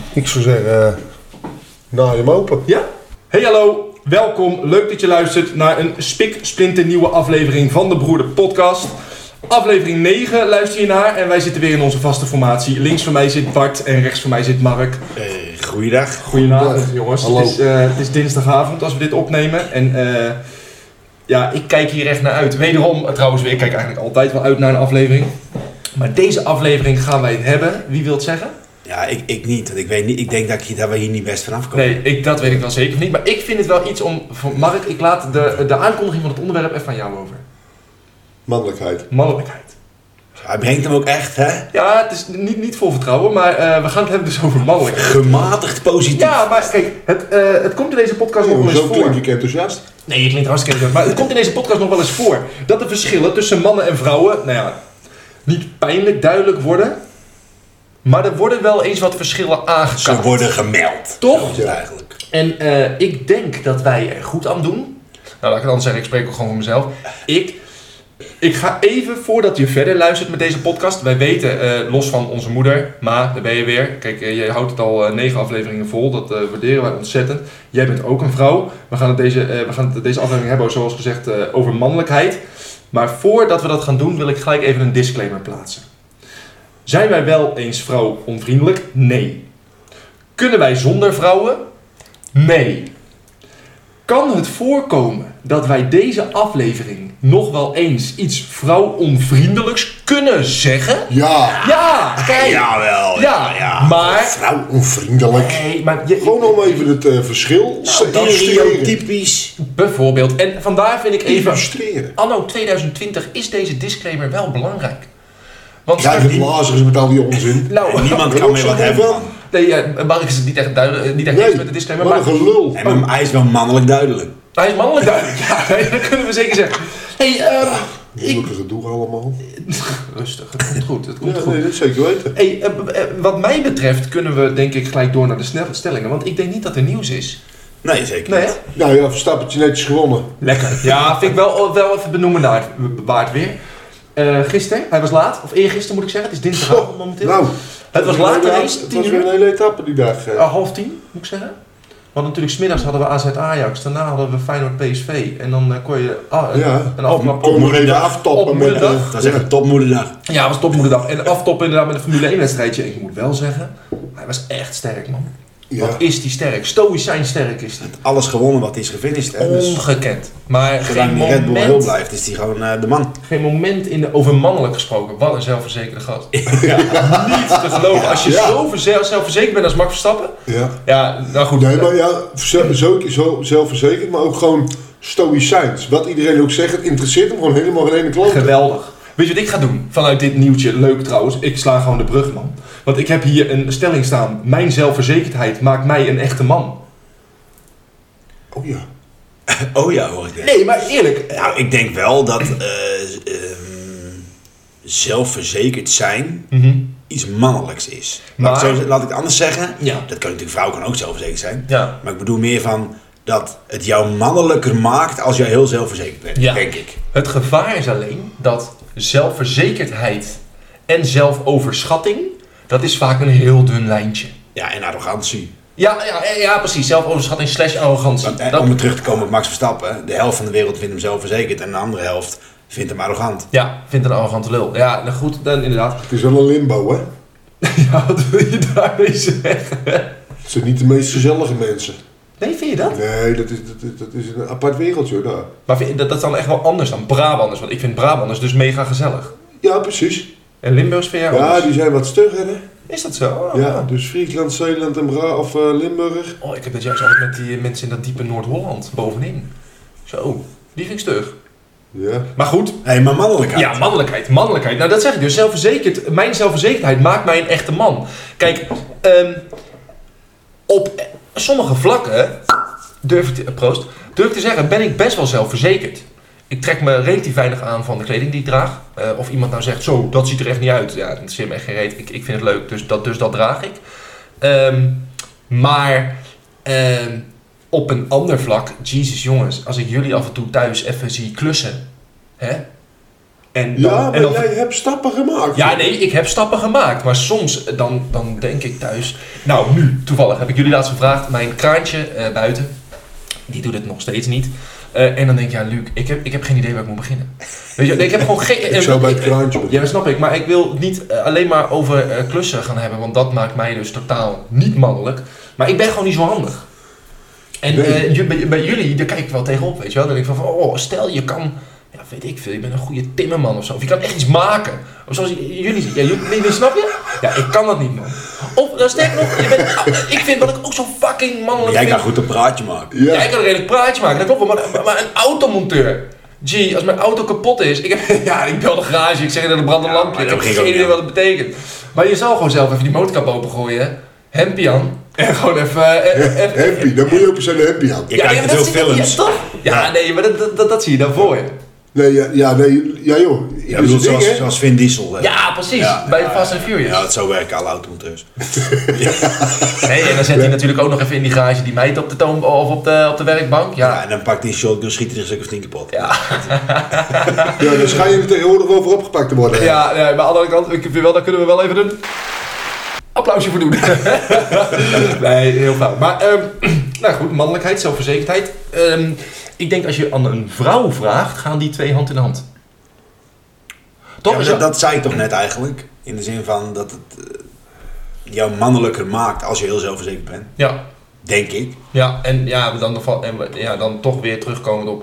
Ik zou zeggen, naai hem open. Ja? Hey hallo, welkom. Leuk dat je luistert naar een spiksplinternieuwe aflevering van de Broeder Podcast. Aflevering 9 luister je naar en wij zitten weer in onze vaste formatie. Links van mij zit Bart en rechts van mij zit Mark. Goeiedag. Goedenavond jongens. Hallo. Het is dinsdagavond als we dit opnemen en ik kijk hier echt naar uit. Wederom, trouwens ik kijk eigenlijk altijd wel uit naar een aflevering. Maar deze aflevering gaan wij het hebben. Wie wil het zeggen? Ja, ik niet. Want ik weet niet. Ik denk dat we hier niet best vanaf komen. Nee, dat weet ik wel zeker niet. Maar ik vind het wel iets om... Mark, ik laat de aankondiging van het onderwerp even aan jou over. Mannelijkheid. Mannelijkheid. Hij brengt hem ook echt, hè? Ja, het is niet vol vertrouwen, maar we gaan het hebben dus over mannelijkheid. Gematigd positief. Ja, maar kijk, het komt in deze podcast nog wel eens Zo voor. klink ik enthousiast. Nee, je klinkt hartstikke enthousiast. Maar het komt in deze podcast nog wel eens voor. Dat de verschillen tussen mannen en vrouwen, niet pijnlijk duidelijk worden. Maar er worden wel eens wat verschillen aangekaart. Ze worden gemeld. Toch? Zo is het eigenlijk. En ik denk dat wij er goed aan doen. Nou, laat ik het dan zeggen, ik spreek ook gewoon voor mezelf. Ik ga even, voordat je verder luistert met deze podcast. Wij weten, los van onze moeder, Ma, daar ben je weer. Kijk, je houdt het al 9 afleveringen vol. Dat waarderen wij ontzettend. Jij bent ook een vrouw. We gaan deze aflevering hebben, zoals gezegd, over mannelijkheid. Maar voordat we dat gaan doen, wil ik gelijk even een disclaimer plaatsen. Zijn wij wel eens vrouw-onvriendelijk? Nee. Kunnen wij zonder vrouwen? Nee. Kan het voorkomen dat wij deze aflevering nog wel eens iets vrouw-onvriendelijks kunnen zeggen? Ja. Ja, kijk. Jawel. Ja, maar... Vrouw onvriendelijk. Nee, maar Gewoon om even het verschil te illustreren. Stereotypisch. bijvoorbeeld. En vandaar vind ik even... Illustreren. Anno 2020 is deze disclaimer wel belangrijk. Want Krijg het lazers met al die onzin. nou, Niemand kan meer wat hebben van. nee, Mark is het niet echt duidelijk, niet echt Nee, eens met de disclaimer, wat een maar gelul. En maar hij is wel mannelijk duidelijk. hij is mannelijk duidelijk. Ja, nee, dat kunnen we zeker zeggen. Hey, Moeilijke gedoe allemaal. rustig, het komt goed, het komt Ja, goed. nee, dat zeker weten. Hey, wat mij betreft kunnen we denk ik gelijk door naar de stellingen, want ik denk niet dat er nieuws is. Nee, zeker Nee, niet. hè? Nou ja, Verstappertje netjes gewonnen. Lekker. Ja, vind ik wel even benoemen waard weer. Gisteren, hij was laat, of eergisteren moet ik zeggen, het is dinsdagavond momenteel. Nou, het was later eens, Het 10 was weer uur. een hele etappe die dag. 9:30 moet ik zeggen. Want natuurlijk, 's middags hadden we AZ Ajax, daarna hadden we Feyenoord PSV. En dan kon je een aftrap Kom maar even aftoppen op met... moederdag. Dat is echt een topmoederdag. Ja, het was topmoederdag. En aftoppen inderdaad met een Formule 1 wedstrijdje. Ik moet wel zeggen, hij was echt sterk, man. Ja. Wat is die sterk? Stoïcijn sterk is die. Alles gewonnen wat is gefinished. Hè? Dus Ongekend. Maar zolang die Red Bull heel blijft, is hij gewoon de man. geen moment over mannelijk gesproken. Wat een zelfverzekerde gast. Niet te geloven. Als je zo zelfverzekerd bent als Max Verstappen. Ja. Ja, nou goed. Nee, maar ja, zo zelfverzekerd, maar ook gewoon stoïcijns. Wat iedereen ook zegt, het interesseert hem gewoon helemaal geen ene kloot. Geweldig. Weet je wat ik ga doen? Vanuit dit nieuwtje, leuk trouwens, ik sla gewoon de brug, man. Want ik heb hier een stelling staan. Mijn zelfverzekerdheid maakt mij een echte man. Oh ja. Oh ja, hoor ik dit. Nee, maar eerlijk. Nou, ik denk wel dat zelfverzekerd zijn iets mannelijks is. Maar- Laat ik het anders zeggen. Ja. Dat kan natuurlijk, vrouw kan ook zelfverzekerd zijn. Ja. Maar ik bedoel meer van dat het jou mannelijker maakt als jij heel zelfverzekerd bent, Ja. denk ik. Het gevaar is alleen dat zelfverzekerdheid en zelfoverschatting, dat is vaak een heel dun lijntje. Ja, en arrogantie. Ja, precies. Zelfoverschatting / arrogantie. Want, om weer terug te komen op Max Verstappen, de helft van de wereld vindt hem zelfverzekerd en de andere helft vindt hem arrogant. Ja, vindt een arrogante lul. Ja, nou goed, dan inderdaad. Het is wel een limbo, hè. Ja, wat wil je daarmee zeggen? Het zijn niet de meest gezellige mensen. Nee, vind je dat? Nee, dat is een apart wereldje, hoor, daar. Maar dat is dan echt wel anders dan Brabanders. Want ik vind Brabanders dus mega gezellig. Ja, precies. En Limburgs vind jij Ja, anders? die zijn wat stugger, hè. Is dat zo? Oh. Ja, dus Friesland, Zeeland en Limburg. Oh, ik heb het juist altijd met die mensen in dat diepe Noord-Holland bovenin. Zo, die vind ik stug. Ja. Maar goed. Hé, maar mannelijkheid. Ja, mannelijkheid. Nou, dat zeg ik dus. Mijn zelfverzekerdheid maakt mij een echte man. Kijk, op sommige vlakken, durf ik te zeggen, ben ik best wel zelfverzekerd. Ik trek me relatief weinig aan van de kleding die ik draag. Of iemand nou zegt, zo, dat ziet er echt niet uit. Ja, dat interesseert me echt geen reet. Ik vind het leuk, dus dat draag ik. Maar op een ander vlak, Jezus jongens, als ik jullie af en toe thuis even zie klussen, hè? En maar jij hebt stappen gemaakt. Ja, nee, ik heb stappen gemaakt. Maar soms dan denk ik thuis... Nou, nu, toevallig, heb ik jullie laatst gevraagd. Mijn kraantje buiten, die doet het nog steeds niet. En dan denk ik, ja, Luc, ik heb geen idee waar ik moet beginnen. Weet je, ik heb gewoon geen... Ik zou bij het kraantje Ja, dat snap ik. Maar ik wil niet alleen maar over klussen gaan hebben. Want dat maakt mij dus totaal niet mannelijk. Maar ik ben gewoon niet zo handig. En bij jullie, daar kijk ik wel tegenop, weet je wel. Dan denk ik van, stel je kan... Ja, weet ik veel, je bent een goede timmerman of zo. Of je kan echt iets maken. Of zoals jullie... Ja, jullie snap je? Ja, ik kan dat niet, man. Of, sterker nog, ik vind wat ik ook zo fucking mannelijk Jij vind... kan goed een praatje maken. Ja. Ja, ik kan een redelijk praatje maken, dat klopt wel. Maar een automonteur... Gee, als mijn auto kapot is... Ik bel de garage, ik zeg dat er brandt een lampje. Ik heb geen idee wat het betekent. Maar je zal gewoon zelf even die motorkap opengooien. Hempie aan. En gewoon even... Hempie, dan moet je ook zijn de hempie aan. Je kijkt te veel films. Ja, toch? Ja, nee, maar dat zie je dan voor je. Nee, ja joh. Ja, bedoelt zoals Vin Diesel. Ja, precies. Bij de Fast and Furious. Ja, dat zo werken alle automonteurs. Nee, en dan zet hij natuurlijk ook nog even in die garage die meid op de toon of op de werkbank. Ja, En dan pakt hij een shotgun, schiet hij er een stuk of 10 kapot. Ja. Ja, dan schijn je er tegenwoordig wel voor opgepakt te worden. Ja, nee, maar aan de andere kant, ik vind wel, daar kunnen we wel even een applausje voor doen. Nee, heel flauw. Maar, nou goed, mannelijkheid, zelfverzekerdheid. Ik denk als je aan een vrouw vraagt, gaan die twee hand in hand. Toch? Ja, dat zei ik toch net eigenlijk. In de zin van dat het jou mannelijker maakt als je heel zelfverzekerd bent. Ja. Denk ik. Ja, en dan toch weer terugkomend op...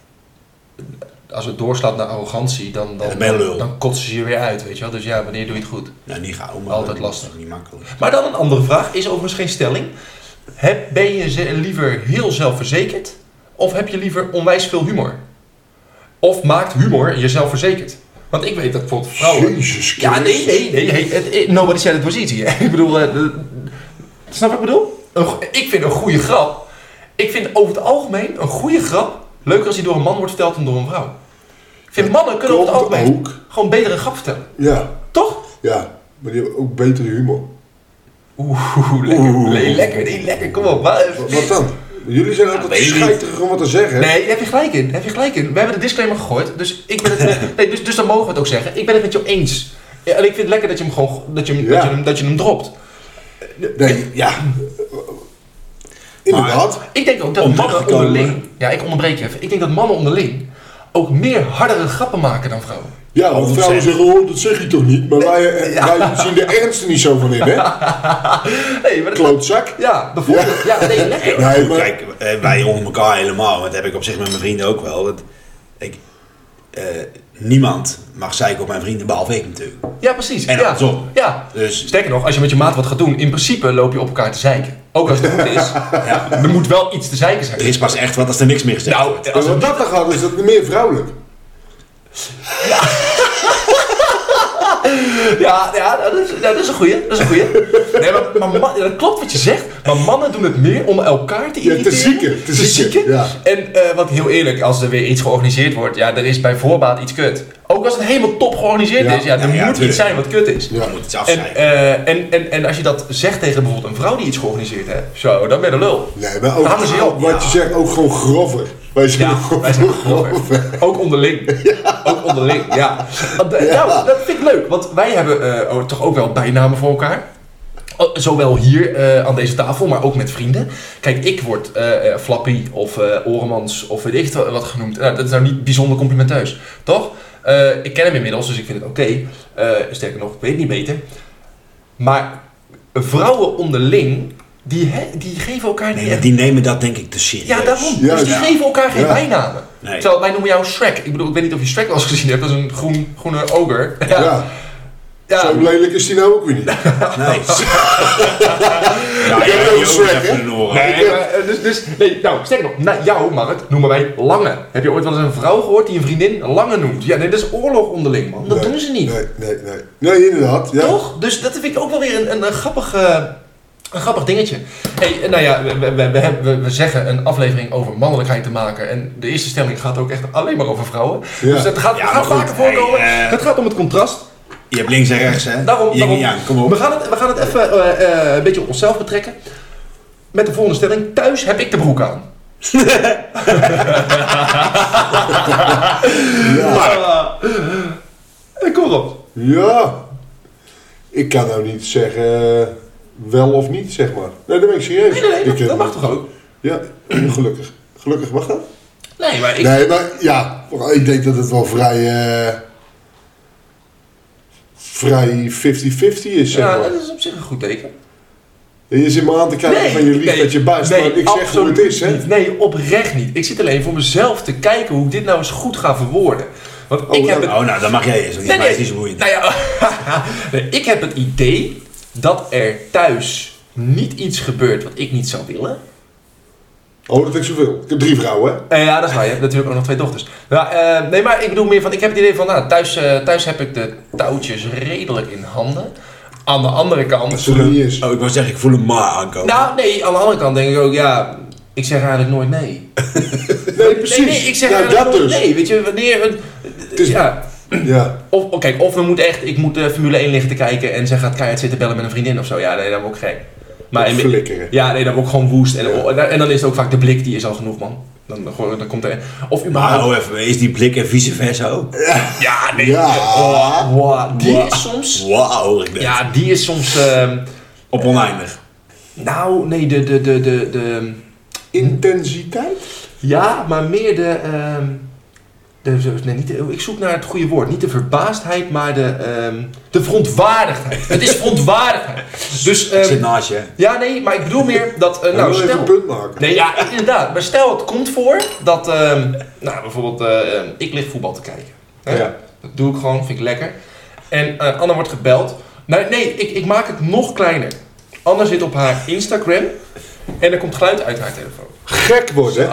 Als het doorslaat naar arrogantie, dan kotsen ze je weer uit, weet je wel. Dus ja, wanneer doe je het goed? Nou, niet gauw, maar altijd lastig. Niet makkelijk. Maar dan een andere vraag, is overigens geen stelling. Ben je liever heel zelfverzekerd of heb je liever onwijs veel humor? Of maakt humor je zelfverzekerd? Want ik weet dat bijvoorbeeld vrouwen... Jezus Christus. Ja, nee. Nobody said it was easy. Ik bedoel, snap wat ik bedoel? Ik vind een goede grap. Ik vind over het algemeen een goede grap leuker als die door een man wordt verteld dan door een vrouw. Ik vind mannen kunnen over het algemeen gewoon betere grap vertellen. Ja. Toch? Ja, maar die hebben ook betere humor. Lekker. Nee, lekker, kom op. Wat dan? Jullie zijn altijd scheitig om wat te zeggen. Nee, daar heb je gelijk in. We hebben de disclaimer gegooid, dus ik ben het dus dan mogen we het ook zeggen. Ik ben het met jou eens. Ja, en ik vind het lekker dat je hem gewoon dat je hem dropt. Nee, ja. Inderdaad. Ik denk ook dat mannen onderling... Ja, ik onderbreek je even. Ik denk dat mannen onderling ook meer hardere grappen maken dan vrouwen. Ja, want vrouwen zeggen, dat zeg je toch niet? Maar wij zien de ernst er niet zo van in, hè? Nee, maar klootzak. Ja, bijvoorbeeld. Ja, nee, lekker. Nee, maar... Kijk, wij onder elkaar helemaal. Dat heb ik op zich met mijn vrienden ook wel. Niemand mag zeiken op mijn vrienden, behalve ik natuurlijk. Ja, precies. En andersom. Ja. Dus... Sterker nog, als je met je maat wat gaat doen, in principe loop je op elkaar te zeiken. Ook als het goed is. Ja. Er moet wel iets te zeiken zijn. Er is pas echt wat als er niks meer gezegd wordt. Nou, als dat dan gaat, is dat meer vrouwelijk. Ja. Ja, dat is een goeie. Nee, maar dat klopt wat je zegt. Maar mannen doen het meer om elkaar te irriteren. Ja, te zieken. Ja. En wat heel eerlijk, als er weer iets georganiseerd wordt, ja, er is bij voorbaat iets kut. Ook als het helemaal top georganiseerd is, er moet iets zijn wat kut is. Ja, moet iets afschrijven. En als je dat zegt tegen bijvoorbeeld een vrouw die iets georganiseerd heeft, zo, dan ben je de lul. Nee, maar ook wat je zegt, ook gewoon grover. Wij zijn grover. Ook onderling. Ja. Ook onderling, ja. Nou, dat vind ik leuk, want wij hebben toch ook wel bijnamen voor elkaar. Zowel hier aan deze tafel, maar ook met vrienden. Kijk, ik word Flappy of Oremans of weet ik wat genoemd. Nou, dat is nou niet bijzonder complimenteus, toch? Ik ken hem inmiddels, dus ik vind het oké. Sterker nog, ik weet het niet beter. Maar vrouwen onderling, die geven elkaar niet... Nee, die nemen dat denk ik te serieus. Ja, daarom. Dus die geven elkaar geen bijnamen. Nee. Terwijl wij noemen jou Shrek. Ik bedoel, ik weet niet of je Shrek wel eens gezien hebt. Dat is een groene ogre. Ja. Zo lelijk is die nou ook weer niet. Nee. Ik heb ook Shrek, hè? Nou, sterker nog, jou, Mark, noemen wij Lange. Heb je ooit wel eens een vrouw gehoord die een vriendin Lange noemt? Ja, nee, dat is oorlog onderling, man. Dat doen ze niet. Nee, inderdaad. Ja. Toch? Dus dat vind ik ook wel weer een grappig dingetje. Hey, nou ja, we zeggen een aflevering over mannelijkheid te maken. En de eerste stelling gaat ook echt alleen maar over vrouwen. Ja. Dus het gaat vaker voorkomen. Het gaat om het contrast. Je hebt links en rechts, hè? Daarom, kom op. We gaan het even een beetje op onszelf betrekken. Met de volgende stelling. Thuis heb ik de broek aan. Ja. Kom op. Ja. Ik kan nou niet zeggen wel of niet, zeg maar. Nee, dat ben ik serieus. Nee, dat mag toch ook? Ja, gelukkig. Gelukkig mag dat? Nee, maar Nee, maar ja, ik denk dat het wel vrij 50-50 is, zeg ja, maar. dat is op zich een goed teken. Je zit me aan te kijken van je lief met je buis, maar ik zeg hoe het is, hè? Niet. Nee, oprecht niet. Ik zit alleen voor mezelf te kijken hoe ik dit nou eens goed ga verwoorden. Want ik heb het... nou, dan mag jij eens, want die mij is niet zo boeiend. Nou ja, nee, ik heb het idee dat er thuis niet iets gebeurt wat ik niet zou willen. Oh, dat heb ik zoveel. Ik heb 3 vrouwen, hè? Ja, dat is waar. Je hebt natuurlijk ook nog 2 dochters. Nou, nee, maar ik bedoel meer van... Ik heb het idee van... Nou, thuis heb ik de touwtjes redelijk in handen. Aan de andere kant... Dat het niet is. Oh, ik wou zeggen, ik voel hem maar aankomen. Nou, nee, aan de andere kant denk ik ook... Ja, ik zeg eigenlijk nooit nee. Nee, precies. Nee, ik zeg ja, eigenlijk dat nooit dus. nee. Weet je, wanneer... Het is- ja... Ja. Of we moeten echt... Ik moet Formule 1 liggen te kijken... En zij gaat keihard zitten bellen met een vriendin of zo. Ja, nee, dan word ik gek. Maar Flikkeren. ja, nee, dan word ik gewoon woest. En dan is het ook vaak de blik, die is al genoeg, man. Dan komt er... Of überhaupt... Nou, even, is die blik en vice versa ook? Ja, nee. Ja. Wow, die is soms... Wauw, ik denk. Ja, die is soms... Op oneindig. nou, nee, de... Intensiteit? Ja, maar meer nee, niet ik zoek naar het goede woord. Niet de verbaasdheid, maar de verontwaardigdheid. Het is verontwaardigheid. Dus... Ik zit naast je. ja, nee, maar ik bedoel meer dat... Nou, nou, wil even stel... een punt maken. Nee, ja, inderdaad. Maar stel, het komt voor dat... nou, bijvoorbeeld... ik lig voetbal te kijken. Hè? Ja. Dat doe ik gewoon, vind ik lekker. En Anna wordt gebeld. Nee, ik maak het nog kleiner. Anna zit op haar Instagram. En er komt geluid uit haar telefoon. Gek worden, hè?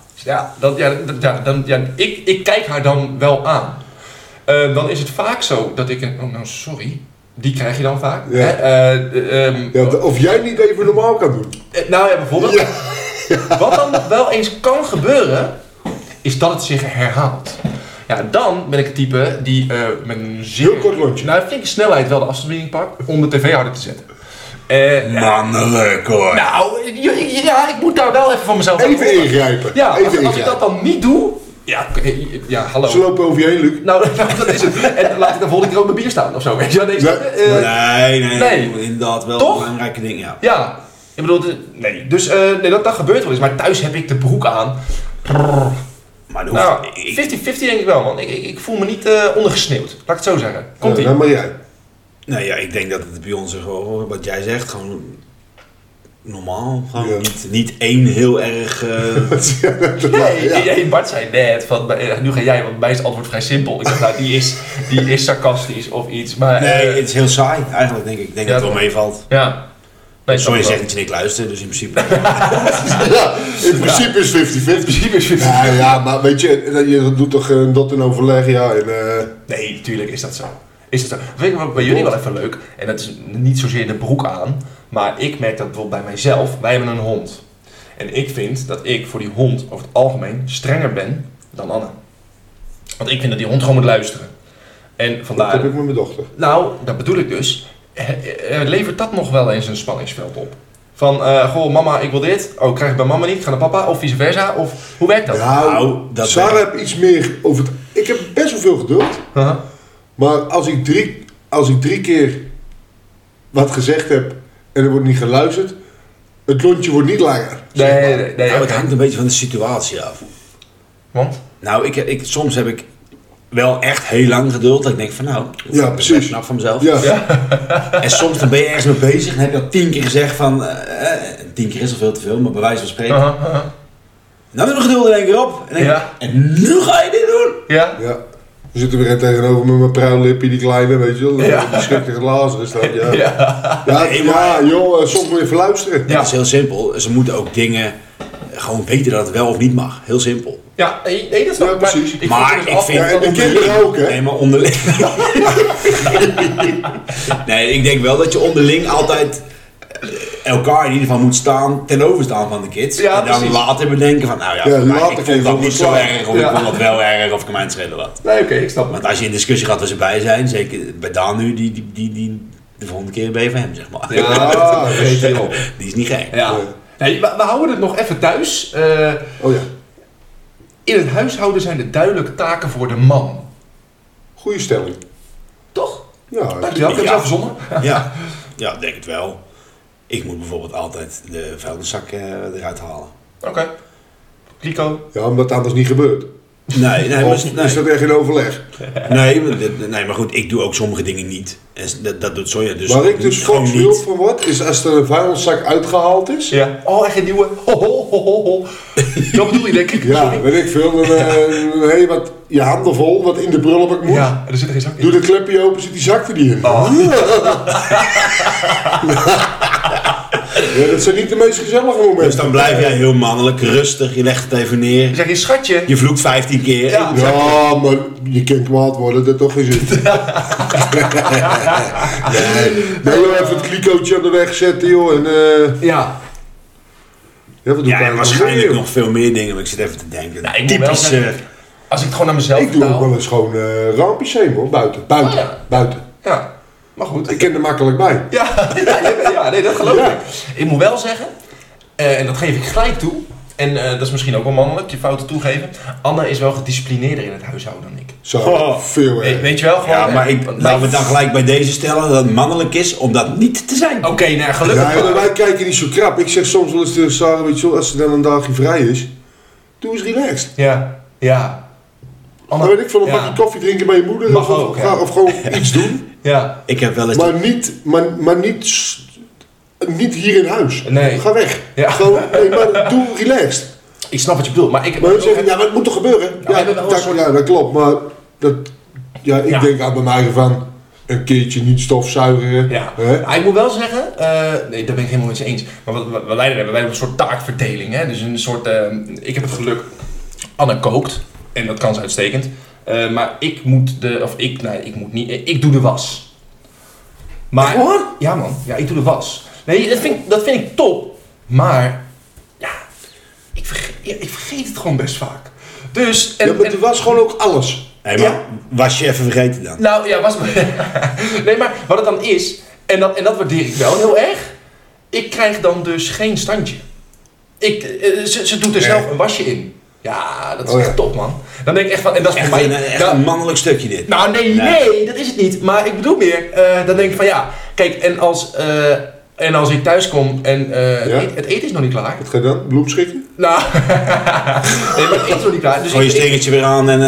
Ik kijk haar dan wel aan. Dan is het vaak zo dat ik oh, nou, sorry. Die krijg je dan vaak. Ja. Hè? Ja, of jij niet even normaal kan doen. Nou ja, bijvoorbeeld. Ja. Wat dan nog wel eens kan gebeuren, is dat het zich herhaalt. Ja, dan ben ik het type die met een zeer... Heel kort lontje. Nou, flinke snelheid wel de afstandsbediening pakt om de tv harder te zetten. Mannelijk hoor. Nou, ja, ik moet daar wel even van mezelf... Even ingrijpen. Ja, Even als ik dat dan niet doe... Ja, hallo. Ze lopen over je heen, Luc. Nou, dat is het. En dan laat ik de volgende keer ook mijn bier staan of zo. Weet je wel? Nee, inderdaad wel Toch? een belangrijke ding, ja. Ja, ik bedoel, nee. Dus nee, dat gebeurt wel eens. Maar thuis heb ik de broek aan. Maar Nou, 50-50 denk ik wel, man. Ik voel me niet ondergesneeuwd. Laat ik het zo zeggen. Komt-ie. Nou, maar jij. Nee, ja, ik denk dat het bij ons gewoon, wat jij zegt, gewoon normaal. Gewoon Ja. niet één heel erg... Nee, Bart zei net, van, nu ga jij, want bij mij is het antwoord vrij simpel. Ik dacht, nou, die is sarcastisch of iets. Maar, Nee, het is heel saai eigenlijk, denk ik. Ik denk dat het wel meevalt. Ja. Nee, Sorry, je snap zegt ik dat je niet luistert, dus in principe... Ja, in principe is 50-50. wel. In principe is het... Ja, maar weet je doet toch dat in overleg, ja. En, Nee, natuurlijk is dat zo. Is dat zo. Vind ik bij jullie wel even leuk. En dat is niet zozeer de broek aan. Maar ik merk dat bijvoorbeeld bij mijzelf. Wij hebben een hond. En ik vind dat ik voor die hond over het algemeen strenger ben dan Anne. Want ik vind dat die hond gewoon moet luisteren. En dat vandaar... heb ik met mijn dochter. Nou, dat bedoel ik dus. Levert dat nog wel eens een spanningsveld op? Van, goh, mama, ik wil dit. Oh, ik krijg het bij mama niet. Ik ga naar papa. Of vice versa. Of hoe werkt dat? Nou, dat Sarah werkt. heeft iets meer over het... Ik heb best wel veel geduld. Uh-huh. Maar als ik drie keer wat gezegd heb en er wordt niet geluisterd, het lontje wordt niet langer. zeg maar. Nee, Nou, het oké. hangt een beetje van de situatie af. Want? Nou, soms heb ik wel echt heel lang geduld. Dat ik denk van nou, Ja, dat is precies. best knap van mezelf. Ja. En soms dan ben je ergens mee bezig en heb je al 10 keer gezegd van... 10 keer is al veel te veel, maar bij wijze van spreken. Uh-huh. Nou, heb ik geduld er één keer op. En, denk ik, Ja. en nu ga je dit doen? Ja? Ja. We zitten weer tegenover met mijn pruillippie, die kleine, weet je wel. Ja. Die schrikkelijke glazen staat. Ja. Ja. Nee, maar- Joh, soms moet je even luisteren. Ja. Het is heel simpel. Ze moeten ook dingen gewoon weten dat het wel of niet mag. Heel simpel. Ja, nee, dat is wel... Ja, precies. Ik Maar vroeg me dus ik af vind- of Ja, dat en de onderling- kinderen ook, hè? Nee, maar onderling... Nee, ik denk wel dat je onderling altijd elkaar in ieder geval moet staan ten overstaan van de kids. Ja, en dan precies. later bedenken van, nou ja, Ja, voor mij, later ik kun je vond dat gewoon niet zo verklaren. erg, of Ja. ik vond dat wel erg, of ik kan mij schelen wat. Nee, oké, ik snap het. Want als je in discussie gaat waar ze bij zijn, zeker bij Daan nu, die de volgende keer ben je van hem, zeg maar. Ja, weet je wel. Die is niet gek. Ja. Nee, we houden het nog even thuis. Oh ja, In het huishouden zijn er duidelijke taken voor de man. goede stelling. Toch? Ja, Dankjewel, ik heb het Ja. zelf verzonnen. Ja, denk het wel. Ik moet bijvoorbeeld altijd de vuilniszak eruit halen. Oké. Clico. ja, omdat het anders niet gebeurt. Nee, Of is dat echt in overleg? maar goed, ik doe ook sommige dingen niet. En dat doet Sonja dus Waar ik dus gewoon wild van word, is als er een vuilniszak uitgehaald is. Ja. Oh, echt een nieuwe. Ho. Dat bedoel je, denk ik. Ja, Sorry. weet ik veel. Dan heb je wat, je handen vol, wat in de prullenbak moet. Ja, er zit er geen zak in. Doe de klepje open, zit die zak er niet in. Oh. Ja, dat zijn niet de meest gezellige momenten. Dus dan blijf jij heel mannelijk, rustig, je legt het even neer. Dan zeg je, schatje. Je vloekt 15 keer. Ja. Ja, maar je kan kwaad worden, dat toch geen zin. Nee, joh, even het klikootje aan de weg zetten, joh. En, Ja. ja, wat doe ik Ja, en eigenlijk waarschijnlijk meer, nog veel meer dingen, maar ik zit even te denken. Nou, ik moet wel Typisch, zeggen, als ik het gewoon naar mezelf joh. Ik doe ook vertaal. wel eens gewoon raampjes heen, hoor. Buiten. Oh, ja. Buiten. Ja, maar goed. Ik ken er makkelijk bij. Ja, nee, dat geloof Ja. ik. Ik moet wel zeggen, en dat geef ik gelijk toe, en dat is misschien ook wel mannelijk, je fouten toegeven. Anne is wel gedisciplineerder in het huishouden dan ik. Zo, Oh. veel Weet je wel, gewoon... Ja, maar laten we dan gelijk bij deze stellen dat het mannelijk is om dat niet te zijn. Oké, nou gelukkig. Ja, maar wij kijken niet zo krap. Ik zeg soms wel eens tegen Sarah, weet je wel, als ze dan een dagje vrij is, doe eens relaxed. Ja. Dan weet ik veel, een bakje koffie drinken bij je moeder Mag of, ook, ja. of gewoon iets doen. Ja. Ik heb wel eens... Maar niet hier in huis. Nee. Ga weg. Ja. Gewoon, nee, maar doe relaxed. Ik snap wat je bedoelt, maar ik... Maar dan zeg je, ja, maar het moet toch gebeuren? we hebben wel een soort- ja, dat klopt, maar ik Ja. denk aan bij mij van een keertje niet stofzuigen. Ja, Hè? maar ik moet wel zeggen, nee, daar ben ik helemaal met je eens. Maar wat we leiden hebben, wij hebben een soort taakverdeling. Hè? Dus een soort, ik heb het geluk, Anne kookt. En dat kan ze uitstekend. Maar ik doe de was. Maar, Wat? ja man, ja, ik doe de was. Nee, dat vind ik top. Maar, ja, ik vergeet het gewoon best vaak. Dus, Ja, maar het was gewoon ook alles. Hey, maar Ja. was je even vergeten dan? nou ja, nee, maar wat het dan is, en dat waardeer ik wel heel erg. Ik krijg dan dus geen standje. Ze doet er zelf een wasje in. Ja, dat is Oh, ja. echt top, man. Dan denk ik echt van, en dat is Echt, voor mij... echt een mannelijk stukje dit. Nou, nee, dat is het niet. Maar ik bedoel meer, dan denk ik van ja, kijk, en als ik thuis kom en het eten is nog niet klaar. Wat ga je dan? Bloem schikken? Nou, nee, maar het eten is nog niet klaar. Dus Gooi je stringertje weer aan en...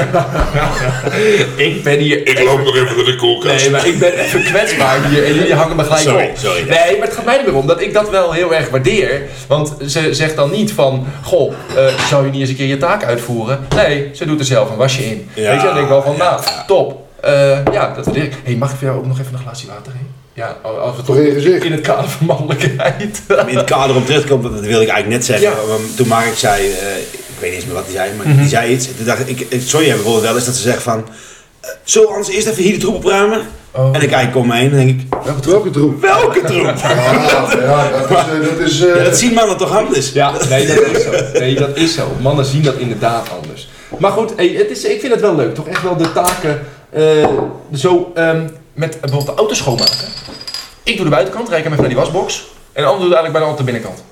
ik ben hier... nog even naar de koelkast. Nee, maar ik ben even kwetsbaar hier en jullie hangen me gelijk op. Sorry. Nee, maar het gaat mij er weer om dat ik dat wel heel erg waardeer. Want ze zegt dan niet van, goh, zou je niet eens een keer je taak uitvoeren? Nee, ze doet er zelf een wasje in. Ja, Weet je, dan denk ik wel van, ja, nou, ja. top. Ja, dat waardeer ik. Hey, mag ik voor jou ook nog even een glaasje water heen? Ja, als we Voor je gezicht. in het kader van mannelijkheid. In het kader op terugkomt, dat wilde ik eigenlijk net zeggen. Ja. Toen Mark zei, ik weet niet eens meer wat hij zei, maar die zei iets. Toen dacht ik, sorry, bijvoorbeeld wel eens dat ze zegt van, zullen we anders eerst even hier de troep opruimen? Oh. En dan kijk ik om me heen en denk ik, Welke troep? welke troep? Ja, dat is... Ja, dat zien mannen toch anders? Ja, nee, dat is zo. Nee, dat is zo. Mannen zien dat inderdaad anders. Maar goed, hey, ik vind het wel leuk. Toch echt wel de taken met bijvoorbeeld de auto schoonmaken. Ik doe de buitenkant, rijk hem even naar die wasbox. En de ander doet eigenlijk bijna altijd de binnenkant.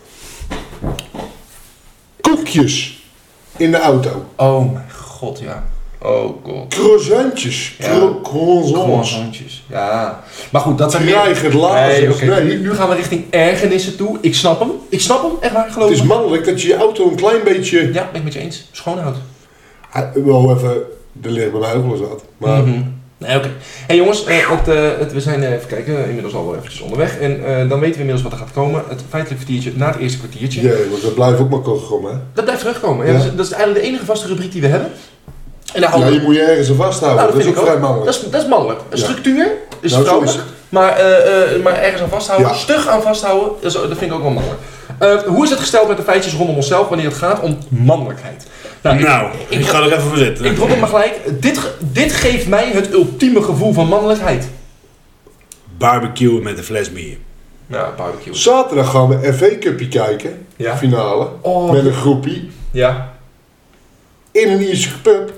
koekjes in de auto. Oh mijn god, ja. Oh god. Croissantjes. Ja. Croissants. Croissantjes. Ja. Maar goed, dat zijn Dreigend lazers. oké. Nee. Nu gaan we richting ergernissen toe. Ik snap hem, echt waar, geloof Het is me. mannelijk dat je je auto een klein beetje... Ja, ben ik met je eens. Schoonhoud. Wel even... Er ligt bij mij ook wel eens wat. Maar Nee, oké. Hey jongens, we zijn even kijken, inmiddels al wel eventjes onderweg. En dan weten we inmiddels wat er gaat komen. Het feitelijk kwartiertje na het eerste kwartiertje. ja, want dat blijft ook maar komen, hè. Dat blijft terugkomen. Ja. Ja. Dat is eigenlijk de enige vaste rubriek die we hebben. En daar Ja, houden je moet je ergens aan vasthouden. Nou, dat is vind ook ik vrij mannelijk. Dat is mannelijk. Een Ja. structuur is Nou, zo vrouwelijk. is het. Maar ergens aan vasthouden, Ja. stug aan vasthouden, dat vind ik ook wel mannelijk. Hoe is het gesteld met de feitjes rondom onszelf wanneer het gaat om mannelijkheid? Ik ga er even voor zitten. Ik drop het maar gelijk. Dit geeft mij het ultieme gevoel van mannelijkheid. Barbecuen met een fles bier. Ja, barbecue. Zaterdag gaan we FA Cupje kijken. Ja. Finale. Oh. Met een groepie. Ja, In een Ierse pub.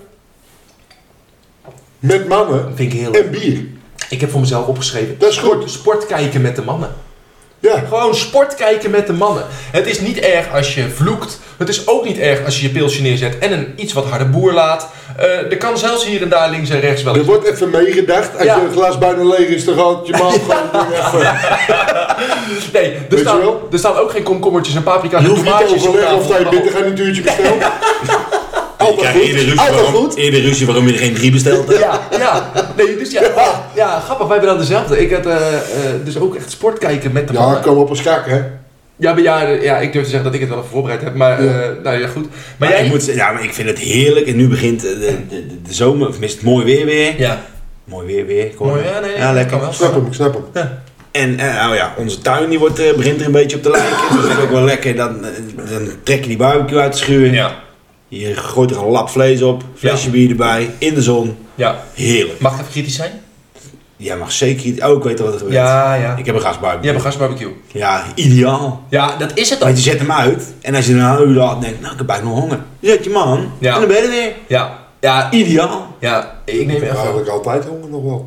Met mannen. dat vind ik heel leuk. En bier. Ik heb voor mezelf opgeschreven. Dat is goed. Sport kijken met de mannen. Ja. Gewoon sport kijken met de mannen. Het is niet erg als je vloekt. Het is ook niet erg als je je pilsje neerzet en een iets wat harde boer laat. Er kan zelfs hier en daar links en rechts wel Er eens. wordt even meegedacht. Als Ja. je glas bijna leeg is, dan gaat je man gewoon even... Nee, Weet je wel? er staan ook geen komkommertjes en paprika's Je en hoeft niet te tomaatjes op overleggen of tafel. hij bitter gaat een uurtje bestellen. Je Altijd krijgt eerder goed. ruzie, Altijd waarom, goed. eerder ruzie waarom je er geen 3 bestelt hebt. Ja. Nee, dus ja, grappig. Wij hebben dan dezelfde. Ik had dus ook echt sport kijken met de Ja, mannen. kom op een schak, hè. Ja, maar ik durf te zeggen dat ik het wel even voorbereid heb. Maar, nou ja, goed. Maar jij... Maar ik vind het heerlijk. En nu begint de zomer, of tenminste het mooi weer. Ja. Mooi weer. Kom Mooi, maar. ja, nee, Ja, dat lekker. kan wel. Ik snap hem. En nou ja, onze tuin die begint er een beetje op te lijken. Dus dat is ook wel lekker. Dan trek je die barbecue uit de schuur. Ja. Je gooit er een lap vlees op. Flesje bier erbij. In de zon. Ja. Heerlijk. Mag ik even kritisch zijn? Jij mag zeker niet... Oh, ik weet al wat er gebeurt. Ja. Ik heb een gasbarbecue. Je hebt een gasbarbecue. Ja, ideaal. Ja, dat is het Want dan. je zet hem uit. En als je na een uur laat denkt, nou ik heb bijna nog honger. Dan zet je hem aan. Ja. En dan ben je er weer. Ja. Ja, Ideaal. ja, ik neem even... Eigenlijk altijd honger nog wel.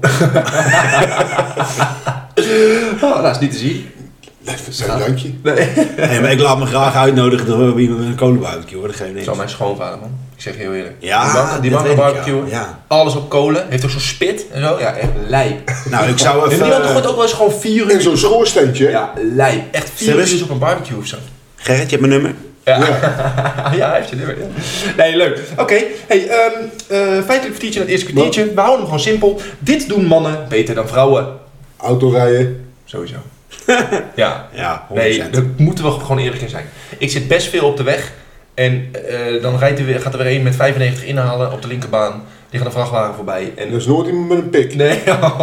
Oh, dat is niet te zien. Zijn dankje. Nee. Nee, maar ik laat me graag uitnodigen door iemand met een kolenbarbecue hoor. Dat geeft Dat niks. is wel mijn schoonvader, man. Ik zeg je heel eerlijk. Ja, die dat man weet ik, barbecue. ja. Alles op kolen. Heeft ook zo'n spit en zo. Ja, echt lijp. Nou, ik zou En even... die man gooit ook wel eens gewoon 4 uur. En zo'n schoorsteentje. Ja, lijp. Echt 4 Stel eens. uur op een barbecue of zo. Gerrit, je hebt mijn nummer. Ja, ja hij heeft je nummer. Ja. Nee, leuk. Oké, hey, feitelijk kwartiertje naar het eerste kwartiertje. We houden hem gewoon simpel. Dit doen mannen beter dan vrouwen. Autorijden. Sowieso. Ja. Ja, 100%. Nee, daar moeten we gewoon eerlijk in zijn. Ik zit best veel op de weg. En dan gaat er weer een met 95 inhalen op de linkerbaan. Die gaat een vrachtwagen voorbij. En... Dat is nooit iemand met een pik. Nee.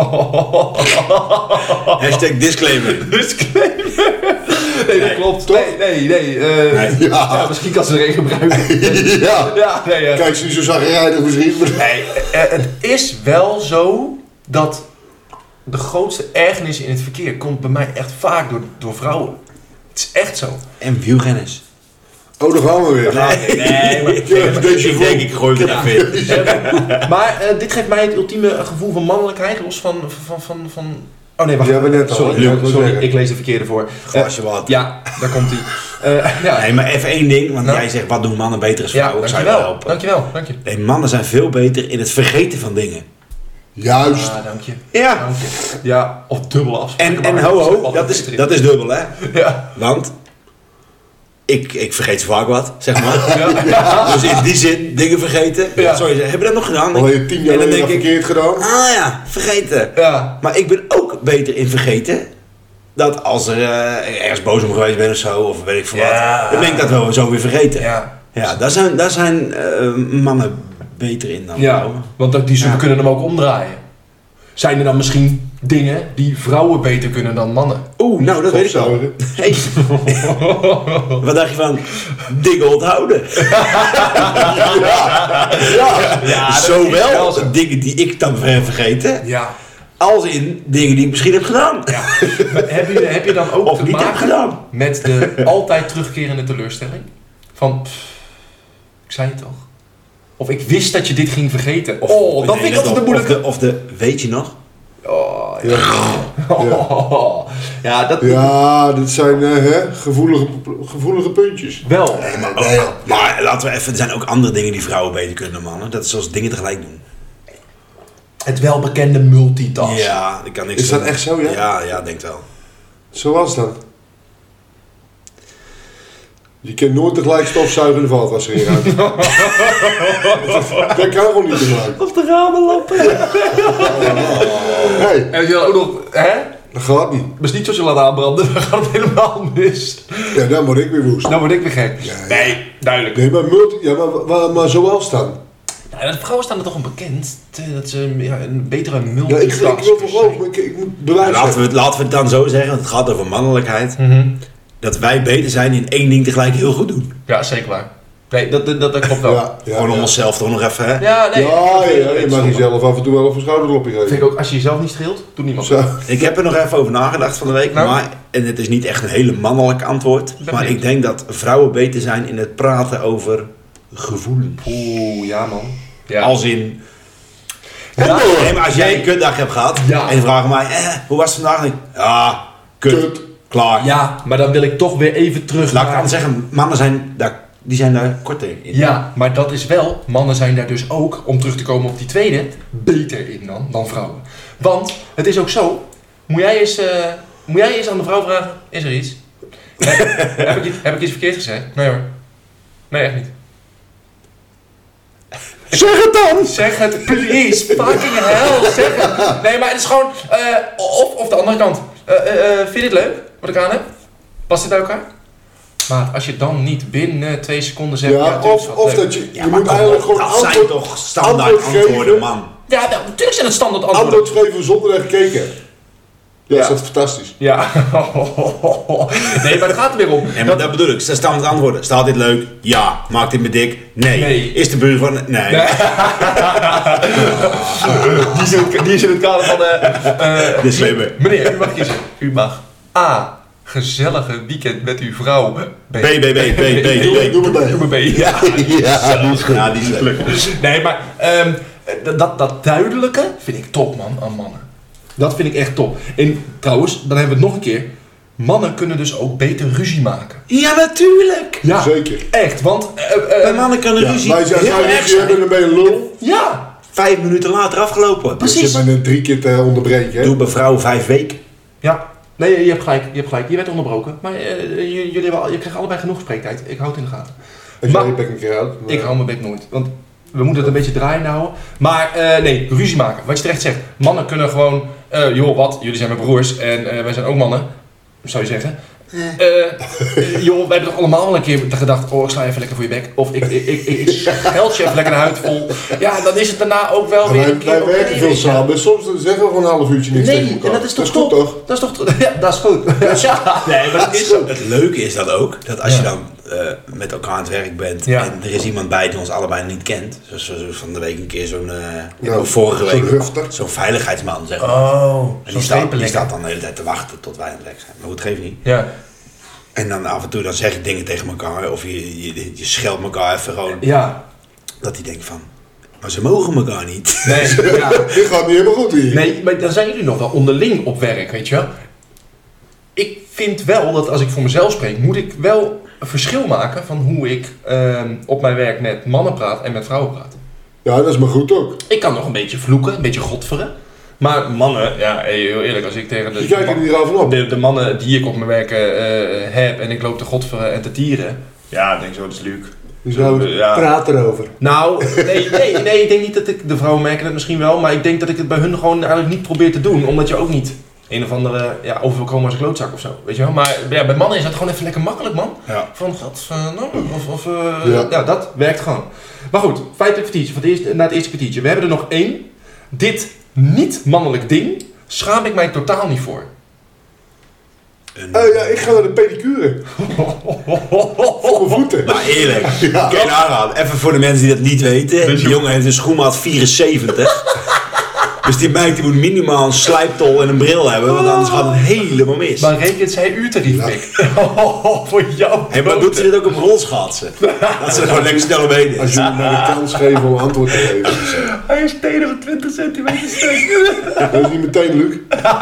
Hashtag disclaimer. Disclaimer. Nee, dat klopt. Nee. Ja, misschien kan ze er een gebruiken. Ja. Ja, nee. Kijk, ze niet zo zagrijnig misschien. Maar... Nee, het is wel zo dat de grootste ergernis in het verkeer komt bij mij echt vaak door vrouwen. Het is echt zo. En wielrenners. Oh, daar gaan we weer. Nee, maar... Ik denk, ik gooi het er even in. Maar dit geeft mij het ultieme gevoel van mannelijkheid, los van... Oh nee, wacht. Ja, we net al. Sorry, Ja, ik wil zeggen. ik lees de verkeerde voor. Glasje water. Ja, daar komt hij. Ja, Nee, maar even één ding. Want Nou? jij zegt, wat doen mannen beter als ja, vrouwen? Ik zou je wel dankjewel. helpen. Dankjewel. Nee, mannen zijn veel beter in het vergeten van dingen. Juist. Ah, dank je. Ja. Dank je. Ja, of dubbele afspraken. En maar ho, altijd dat is dubbel hè. Ja. Want ik vergeet zo vaak wat, zeg maar. Ja. Dus in die zin, dingen vergeten. Ja. Sorry, heb je dat nog gedaan? Al je 10 jaar En dan geleden denk ik, verkeerd gedaan. ah ja, vergeten. Ja. Maar ik ben ook beter in vergeten. Dat als er ergens boos om geweest ben of zo, of weet ik veel Ja. wat. Dan ben ik dat wel zo weer vergeten. Ja. Ja, daar zijn mannen beter in dan Ja, vrouwen. want die Ja. kunnen hem ook omdraaien. Zijn er dan misschien dingen die vrouwen beter kunnen dan mannen? Oeh, nou dat weet ik wel. Stofzuigen. Hey. Wat dacht je van dingen onthouden? Ja, dat is Zowel wel zo. dingen die ik dan ben vergeten, Ja. als in dingen die ik misschien heb gedaan. Ja. Maar heb je dan ook Of te niet heb maken gedaan. met de altijd terugkerende teleurstelling? Van, ik zei het toch? Of ik wist dat je dit ging vergeten. Dat vind ik altijd de moeilijke... Of de weet je nog? Oh, ja. Ja. Ja, dat... Ja, dit zijn gevoelige puntjes. Wel. Nee, maar laten we even, er zijn ook andere dingen die vrouwen beter kunnen dan mannen. Dat is zoals dingen tegelijk doen. Het welbekende multitask. Ja, ik kan niks Is dat doen. echt zo, ja? Ja, denk wel. Zoals dan? Je kan nooit tegelijk stofzuigen en de vaatwasser ingaan. Dat kan gewoon niet tegelijk. Of de ramenlampen. Nee, En als je dan ook nog... Hè? dat gaat niet. Maar niet zoals je laat aanbranden, dan gaat het helemaal mis. Ja, dan word ik weer woest. Dan word ik weer gek. Ja, ja. Nee, duidelijk. Nee, maar zoals dan? Ja, de vrouwen staan er toch onbekend dat ze een betere Ja, ik multitask wil het wel geloven, maar ik moet bewijs hebben. Laten we het dan zo zeggen, want het gaat over mannelijkheid. Dat wij beter zijn in één ding tegelijk heel goed doen. Ja, zeker waar. Nee, dat klopt wel. Ja, ja, Gewoon om ja. onszelf toch nog even, hè? Ja, nee. Je mag jezelf af en toe wel op een schouderklopje Vind ik geven. ook, als je jezelf niet streelt, doet niemand. Zo. Ik heb er nog even over nagedacht van de week. Nou? Maar, en het is niet echt een hele mannelijk antwoord. Ben Maar benieuwd. ik denk dat vrouwen beter zijn in het praten over gevoelens. Oeh, ja man. Ja. Als in... Ja. Nee, maar als jij een kutdag hebt gehad Ja. en je vraagt mij, hoe was het vandaag? Dan denk ik, ja, kut. Kut. Klaar. Ja, maar dan wil ik toch weer even terug Laat ik dan zeggen, mannen zijn daar korter in. Ja, maar dat is wel, mannen zijn daar dus ook, om terug te komen op die tweede, beter in dan vrouwen. Want het is ook zo, moet jij eens aan de vrouw vragen, is er iets? Heb ik iets verkeerd gezegd? Nee hoor. Nee, echt niet. Zeg het dan! Zeg het, please, fucking hell, zeg het. Nee, maar het is gewoon, of de andere kant. Vind je dit leuk, wat ik aan heb? Past dit bij elkaar? Maar als je dan niet binnen 2 seconden zegt... Of dat je Ja, moet eigenlijk gewoon dat zijn toch standaard antwoorden, man. Ja, wel, natuurlijk zijn het standaard antwoorden. antwoord geven zonder dat je gekeken hebt. Ja, is dat fantastisch. Ja. Nee, maar daar gaat het weer om. Nee, maar dat bedoel ik. Standaard antwoorden. Staat dit leuk? Ja. Maakt dit me dik? Nee. Is de buurman? Nee. Die is in het kader van... De slimme. Meneer, u mag kiezen. U mag A. Gezellige weekend met uw vrouw. B. Doe maar B. Ja, die is leuk. Nee, maar dat duidelijke vind ik top, man, aan mannen. Dat vind ik echt top. En trouwens, dan hebben we het nog een keer. Mannen kunnen dus ook beter ruzie maken. Ja, natuurlijk. Ja, zeker. Echt, want... mannen kunnen ruzie wij zijn heel erg ruzie hebben, zijn. dan ben je lul. Ja, 5 minuten later afgelopen. Precies. Je zit mij net 3 keer te onderbreken, hè? Doe bij vrouwen 5 weken. ja. Nee, je hebt gelijk. Je werd onderbroken. Maar je krijgt allebei genoeg spreektijd. Ik hou het in de gaten. Als jij Maar- je bek een keer houdt. Ik hou mijn bek nooit. Want we moeten het een beetje draaien houden. Maar nee, ruzie maken. Wat je terecht zegt. Mannen kunnen gewoon... joh, wat? Jullie zijn mijn broers. En wij zijn ook mannen. Zou je zeggen. Joh, wij hebben toch allemaal wel een keer gedacht... Oh, ik sla even lekker voor je bek. Of ik scheld je even lekker een huid vol. Ja, dan is het daarna ook wel weer een keer... Wij werken veel samen. Soms zeggen we gewoon een half uurtje niks tegen Nee, elkaar. en dat is toch goed, top? toch? Dat is toch... Ja, dat is goed. Ja, nee, maar dat is zo. Het leuke is dat ook. Dat als je dan met elkaar aan het werk bent. Ja. En er is iemand bij die ons allebei niet kent. Zoals van de week een keer zo'n... Nou, vorige zo'n week. rufter. Zo'n veiligheidsman, zeg maar. Oh, En zo'n die staat dan de hele tijd te wachten tot wij aan het werk zijn. Maar goed, geeft niet. Ja. En dan af en toe dan zeg je dingen tegen elkaar. Of je scheldt elkaar even gewoon. Ja. Dat die denkt van... Maar ze mogen elkaar niet. Nee, ja. Dit gaat niet helemaal goed hier. Nee, maar dan zijn jullie nog wel onderling op werk, weet je wel. Ik vind wel dat als ik voor mezelf spreek, moet ik wel een verschil maken van hoe ik op mijn werk met mannen praat en met vrouwen praat. Ja, dat is maar goed ook. Ik kan nog een beetje vloeken, een beetje godveren. Maar mannen, ja, heel eerlijk, als ik tegen Je kijkt er niet af en op. de mannen die ik op mijn werk heb en ik loop te godveren en te tieren. Ja, dan denk ik zo, dat is leuk. Dus we Ja. praten erover. Nou, nee, ik denk niet dat de vrouwen merken het misschien wel, maar ik denk dat ik het bij hun gewoon eigenlijk niet probeer te doen, omdat je ook niet een of andere, over wil komen als een klootzak of zo, weet je wel. Maar ja, bij mannen is dat gewoon even lekker makkelijk, man. Ja. Van, Ja. ja, dat werkt gewoon. Maar goed, feitelijk kwartiertje, na het eerste kwartiertje. We hebben er nog 1. Dit niet mannelijk ding schaam ik mij totaal niet voor. Ja, ik ga naar de pedicure. Voor mijn voeten. Maar eerlijk, Ja. kun je nagaan, even voor de mensen die dat niet weten. Die jongen heeft een schoenmaat 74. Dus die meid die moet minimaal een slijptol en een bril hebben, want anders gaat het helemaal mis. Maar rekent zij uurtarief, Ja. Pik? Voor jou. En maar doet ze dit ook op rolschaatsen? Dat ze er gewoon lekker snel omheen Als is. je me de kans geeft om antwoord te geven. Hij is tegen 20 centimeter sterk. Dat is niet meteen, Luc.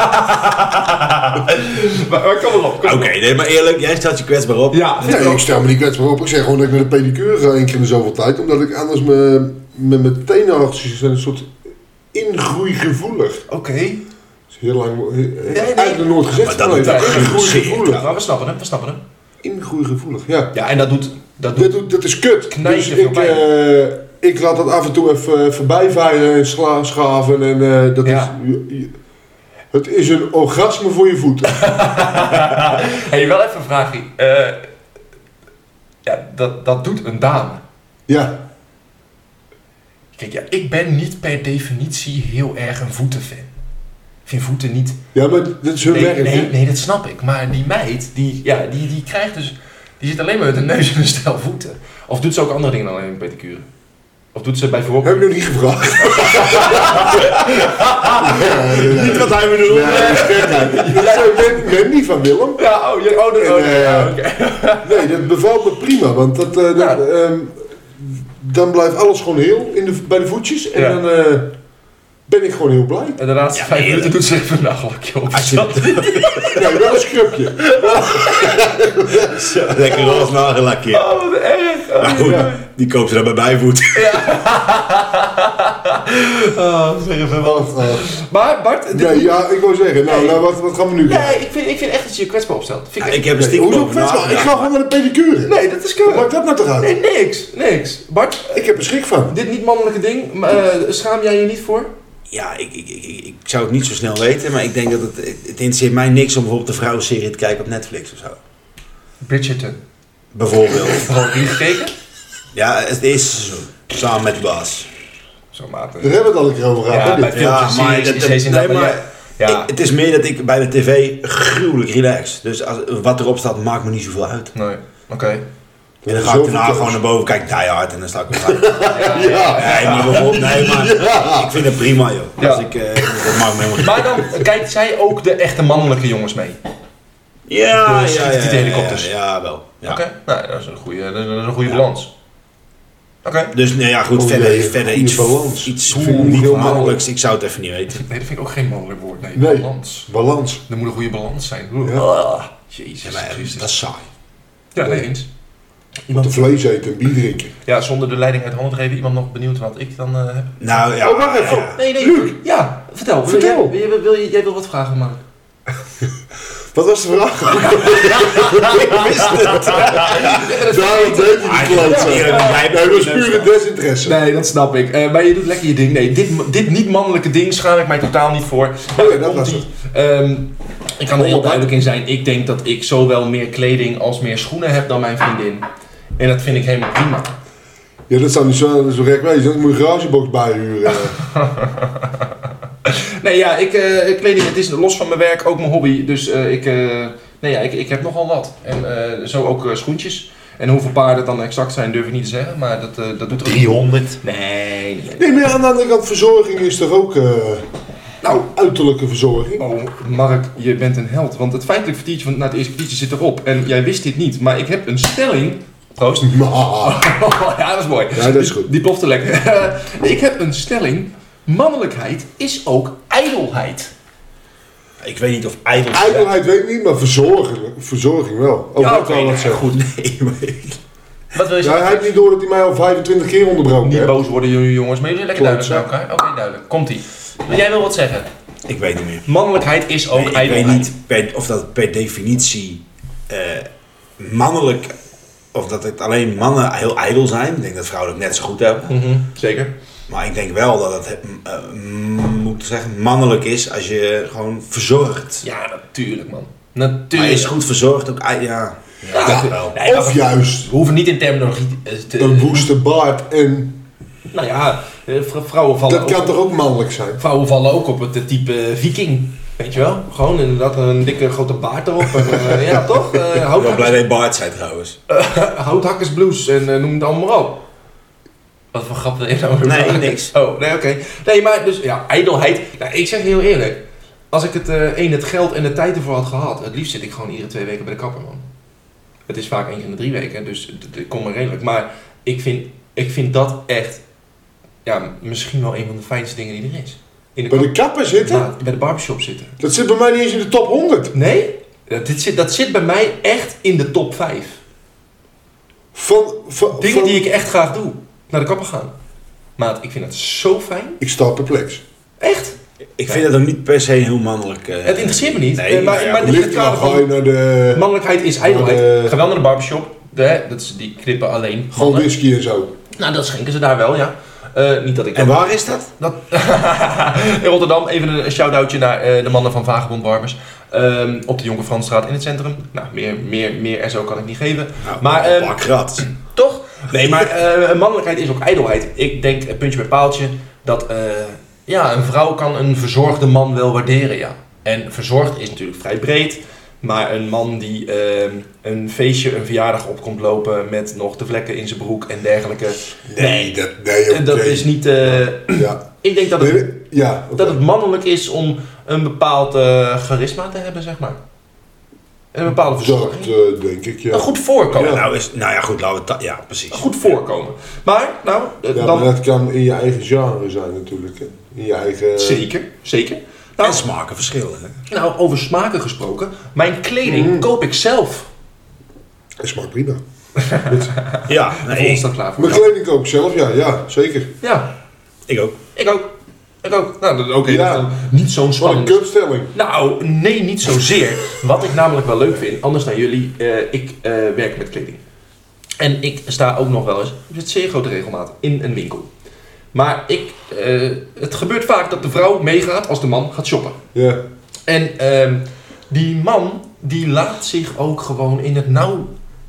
maar kom erop. Oké, nee, maar eerlijk, jij stelt je kwetsbaar op. Ja, Nee, ik stel me niet kwetsbaar op. Ik zeg gewoon dat ik naar de pedicure ga 1 keer in de zoveel tijd. Omdat ik anders met mijn teenageltjes zijn een soort ingroeigevoelig. Oké. Dat is heel lang... nee. Eigenlijk nooit gezegd. Maar dat van, doet wel ingroeigevoelig. Ja, maar we snappen hem. Ingroeigevoelig, ja. Ja, en dat doet Dat is kut. Knijten Dus voorbij. ik laat dat af en toe even voorbij veilen en schaven. En, dat Ja. is, het is een orgasme voor je voeten. Hey, wel even een vraagje. Ja, dat doet een dame. Ja. Kijk, ja, ik ben niet per definitie heel erg een voetenfan. Ik vind voeten niet... Ja, maar dat is hun werk. hè? Nee, dat snap ik. Maar die meid, die krijgt dus... Die zit alleen maar met een neus en een stel voeten. Of doet ze ook andere dingen dan alleen een pedicure? Of doet ze bijvoorbeeld... Heb ik nog niet gevraagd. Niet wat hij bedoelt. Ik ben niet van Willem. Ja, oké. Nee, dat bevalt me prima. Want dan blijft alles gewoon heel bij de voetjes. En Ja. ben ik gewoon heel blij. En de laatste 5 minuten doet ze even een nagelakje op. Nee, wel een scrubje. Lekker roze nagellakje. Oh, wat erg. Maar goed, die koopt ze dan bij Bijvoet. Zeg even wat. Maar Bart... Nee, ja, ik wou zeggen, nou wat gaan we nu doen? Nee, ik vind echt dat je je kwetsbaar opstelt. Vind ik Ik heb een stiekem Hoezo over kwetsbaar? nagedacht. Ik ga gewoon naar de pedicure. Nee, dat is Wat keurig. maakt dat nou toch uit? Nee, niks. Bart, Ik heb er schrik van. dit niet mannelijke ding, schaam jij je niet voor? Ja, ik zou het niet zo snel weten, maar ik denk dat het interesseert mij niks om bijvoorbeeld de vrouwenserie te kijken op Netflix of zo. Bridgerton. Bijvoorbeeld. Gewoon niet gekeken? Ja, het eerste seizoen. Samen met Bas. Zo maat. Daar hebben we het al een keer over gehad. Ja, hè, bij dit? films en series is deze inderdaad... nee, maar ja. Het is meer dat ik bij de tv gruwelijk relax. Dus wat erop staat maakt me niet zoveel uit. Nee, oké. En dan ga ik daarna gewoon naar boven, kijk Die Hard en dan sta ik weer uit. Ja. Nee, maar bijvoorbeeld, maar ik vind het prima joh. Ja. Dus dat maakt me helemaal Maar dan kijkt zij ook de echte mannelijke jongens mee. Ja, De schiet-helikopters. Ja, wel. Ja. Oké, nou, dat is een goede balans. Oké. Dus nee, ja, goed, Oh, verder goede iets balans. iets Vind ik niet niet heel mannelijks, ik zou het even niet weten. Nee, dat vind ik ook geen mannelijk woord. Nee, Nee. balans. Balans. Er moet een goede balans zijn. Ja. Jezus Ja, maar Christus. dat is saai. Ja, nee eens. Iemand te vlees eten en bier drinken. Ja, zonder de leiding uit handen te geven, iemand nog benieuwd wat ik dan heb? Nou ja. Oh, wacht even. ja. Nee. Ja, vertel. Vertel. Jij wil wat vragen, man. Wat was de vraag? Ik wist het. Daarom weet je die kloot zo. Nee, dat is pure desinteresse. Nee, dat snap ik. Maar je doet lekker je ding. Nee, dit niet-mannelijke ding schaam ik mij totaal niet voor. Oh ja, dat was het. Ik kan er heel duidelijk in zijn. Ik denk dat ik zowel meer kleding als meer schoenen heb dan mijn vriendin. En dat vind ik helemaal prima. Ja, dat zou niet zo gek wezen. Dan moet je een garagebox bijhuren. Nee, ja, kleding, het is los van mijn werk ook mijn hobby. Dus ik heb nogal wat. En zo ook schoentjes. En hoeveel paar dat dan exact zijn, durf ik niet te zeggen. Maar dat doet er 300. Nee. Nee, maar aan de andere kant, verzorging is toch ook... Nou, uiterlijke verzorging. oh, Mark, je bent een held. Want het feitelijk kwartiertje van na het eerste kwartiertje zit erop. En jij wist dit niet, maar ik heb een stelling. Proost. Ja, dat is mooi. Ja, dat is goed. Die plofte lekker. Ik heb een stelling. Mannelijkheid is ook ijdelheid. Ik weet niet of ijdel. Ijdelheid weet ik niet, maar verzorging wel. Ook Ja, dat oké, kan nou, wat zeggen. Goed, nee. Wat wil je Ja, zeggen? hij heeft niet door dat hij mij al 25 keer onderbroken Niet heeft. boos worden jullie jongens, maar jullie lekker Klopt, duidelijk bij elkaar. Oké, duidelijk. Komt-ie. Jij wil wat zeggen? Ik weet niet meer. Mannelijkheid is ook Nee, ik ijdelheid. weet niet of dat per definitie mannelijk, of dat het alleen mannen heel ijdel zijn. Ik denk dat vrouwen het net zo goed hebben. Zeker. Maar ik denk wel dat het, moet ik zeggen, mannelijk is als je gewoon verzorgt. Ja, natuurlijk man. Maar Natuurlijk. is goed verzorgd ook, ja. Ja, wel. nee, Of juist we hoeven niet in terminologie te... een woeste baard en... Nou ja, vrouwen vallen Dat kan ook, toch ook mannelijk zijn? vrouwen vallen ook op het type viking. Weet je wel? Gewoon inderdaad een dikke grote baard erop. En, ja, toch? Ik ben blij dat je Bart zei trouwens. Houthakkersblues en noem het allemaal maar op. Wat voor grap wil je nou? Nee, niks. Oh, nee, oké. Nee, maar dus, ja, ijdelheid. Nou, ik zeg heel eerlijk. Als ik het geld en de tijd ervoor had gehad, het liefst zit ik gewoon iedere 2 weken bij de kapper, man. Het is vaak 1 keer in de 3 weken, dus het komt maar redelijk. Maar ik vind dat echt, ja, misschien wel een van de fijnste dingen die er is. In Bij de kapper zitten? Ja, bij de barbershop zitten. Dat zit bij mij niet eens in de top 100. Nee, dat zit bij mij echt in de top 5. Dingen die ik echt graag doe. Naar de kapper gaan. Maat, ik vind het zo fijn. Ik sta perplex. Echt. Ik vind het ook niet per se heel mannelijk. Het interesseert me niet. Nee, maar Ligt er kader ga je naar de... mannelijkheid is ijdelheid. Maar, Ga wel naar de barbershop. Die knippen alleen. Gewoon mannen. whisky en zo. Nou, dat schenken ze daar wel, ja. Niet dat ik... En waar is dat? In Rotterdam. Even een shout-outje naar de mannen van Vagebond Barbers. Op de Jonker Fransstraat in het centrum. Nou, meer en zo kan ik niet geven. Nou, Maar, een pak gratis. toch? Nee, maar mannelijkheid is ook ijdelheid. Ik denk, puntje bij paaltje, dat een vrouw kan een verzorgde man wel waarderen, ja. En verzorgd is natuurlijk vrij breed. Maar een man die een feestje, een verjaardag op komt lopen met nog de vlekken in zijn broek en dergelijke. Dat oké. is niet... Ja. Ik denk dat Ja, oké. dat het mannelijk is om een bepaald charisma te hebben, zeg maar. En een bepaalde verzorging. Dat denk ik, ja. Een goed voorkomen. Nou ja, goed, laten we ja, precies. Een goed voorkomen. Maar, nou... Ja, dan... maar dat kan in je eigen genre zijn natuurlijk. Hè. In je eigen... Zeker. Nou, En smaken verschillen. Hè? nou, over smaken gesproken. Mijn kleding koop ik zelf. Het smaakt prima. Ja, Voor nee, ons dat klaar voor. Mijn kleding koop ik zelf, ja, zeker. Ja, ik ook. ik ook. Nou, oké, Ja. dat is niet zo'n Wat een spannend. kutstelling. Nou, nee, niet zozeer. Wat ik namelijk wel leuk vind, anders dan jullie, ik werk met kleding. En ik sta ook nog wel eens, met zeer grote regelmaat, in een winkel. Maar het gebeurt vaak dat de vrouw meegaat als de man gaat shoppen. Ja. En die man, die laat zich ook gewoon in het nauw...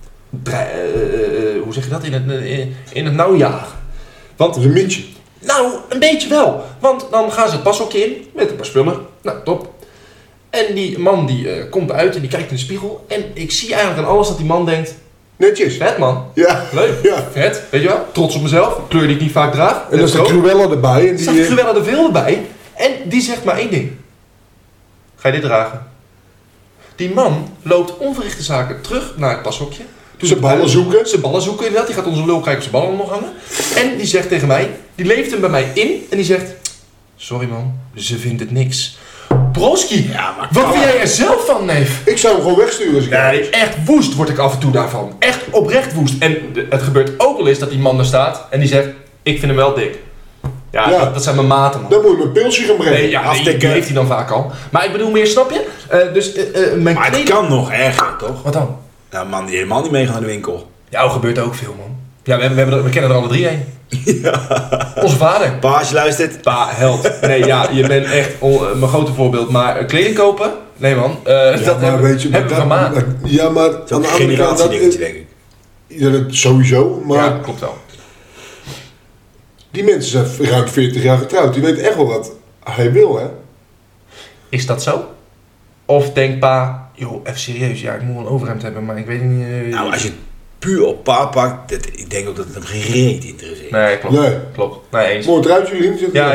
hoe zeg je dat? In het nauw jagen. Want Dat is een mietje. nou, een beetje wel. Want dan gaan ze het pashokje in met een paar spullen. Nou, top. En die man die komt uit en die kijkt in de spiegel. En ik zie eigenlijk aan alles dat die man denkt... Netjes. Vet man, Ja. leuk, Ja. vet, weet je wel. Trots op mezelf, kleur die ik niet vaak draag. En dan is de Cruella erbij. En Er die, staat Cruella de Vil erbij. En die zegt maar één ding. Ga je dit dragen? Die man loopt onverrichte zaken terug naar het pashokje. Zijn ballen zoeken. Zijn ballen zoeken inderdaad. Die gaat onze lul kijken of zijn ballen nog hangen. En die zegt tegen mij, die leeft hem bij mij in. En die zegt, sorry man, ze vindt het niks. Broski, Ja, maar wat vind jij er zelf van, neef? Ik zou hem gewoon wegsturen als ik Nee, echt woest word ik af en toe daarvan. Echt oprecht woest. En het gebeurt ook wel eens dat die man er staat en die zegt, ik vind hem wel dik. Ja, Ja. dat zijn mijn maten, man. Dan moet je mijn pilsje gaan brengen. Nee, ja, aftikken. die heeft hij dan vaak al. Maar ik bedoel meer, snap je? Mijn Maar het kleding... kan nog erger, toch? Wat dan? Nou, man die helemaal niet meegaan naar de winkel. Ja, dat gebeurt ook veel, man. Ja, we kennen er alle drie een. Onze vader. Pa, als je luistert. Pa, held. Nee, ja, je bent echt mijn grote voorbeeld. Maar kleding kopen? Nee, man. Ja, dat maar hebben weet je, we van maat. Ja, maar Dat is aan ook de een andere kant... generatiedingetje, denk ik. Ja, dat sowieso. Maar Ja, klopt wel. die mensen zijn ruim 40 jaar getrouwd. Die weten echt wel wat hij wil, hè. Is dat zo? Of denkt pa, joh, even serieus, ja, ik moet wel een overhemd hebben, maar ik weet niet... Nou, als je het puur op pa pakt, ik denk ook dat het hem geen reet interesseert. Nee, klopt. Nee. Klopt. Nee, eens. Mooi eruit, jullie. Ja.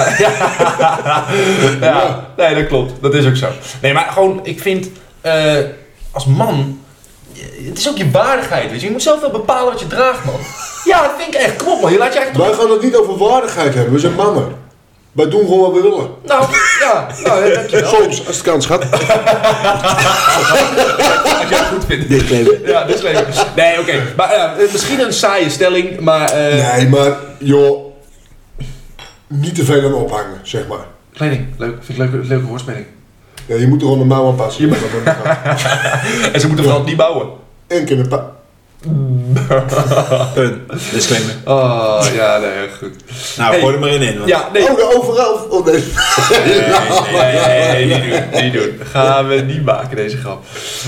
Ja, nee, dat klopt. Dat is ook zo. Nee, maar gewoon, ik vind, als man, het is ook je waardigheid, weet je. Je moet zelf wel bepalen wat je draagt, man. Ja, dat vind ik echt. Kom op, man. Je laat je eigenlijk Wij gaan het niet over waardigheid hebben. We zijn mannen. Wij doen gewoon wat we willen. Nou, ja, dankjewel. Soms, als het kan, schat. Als jij het goed vindt. Dit leven. Ja, dit is leuk. Nee, oké. Maar misschien een saaie stelling, maar... Nee, maar joh, niet te veel aan ophangen, zeg maar. Kleding, leuk. Vind ik leuke woordspeling. Ja, je moet er gewoon een mouw aan passen. En ze moeten vooral niet bouwen. En kunnen Punt. Disclaimer. Oh, ja, nee, goed. Nou, Hey. gooi er maar in. Want... Ja, nee. Oh, de overal. Oh nee. Nee, niet doen. Gaan we niet maken, deze grap.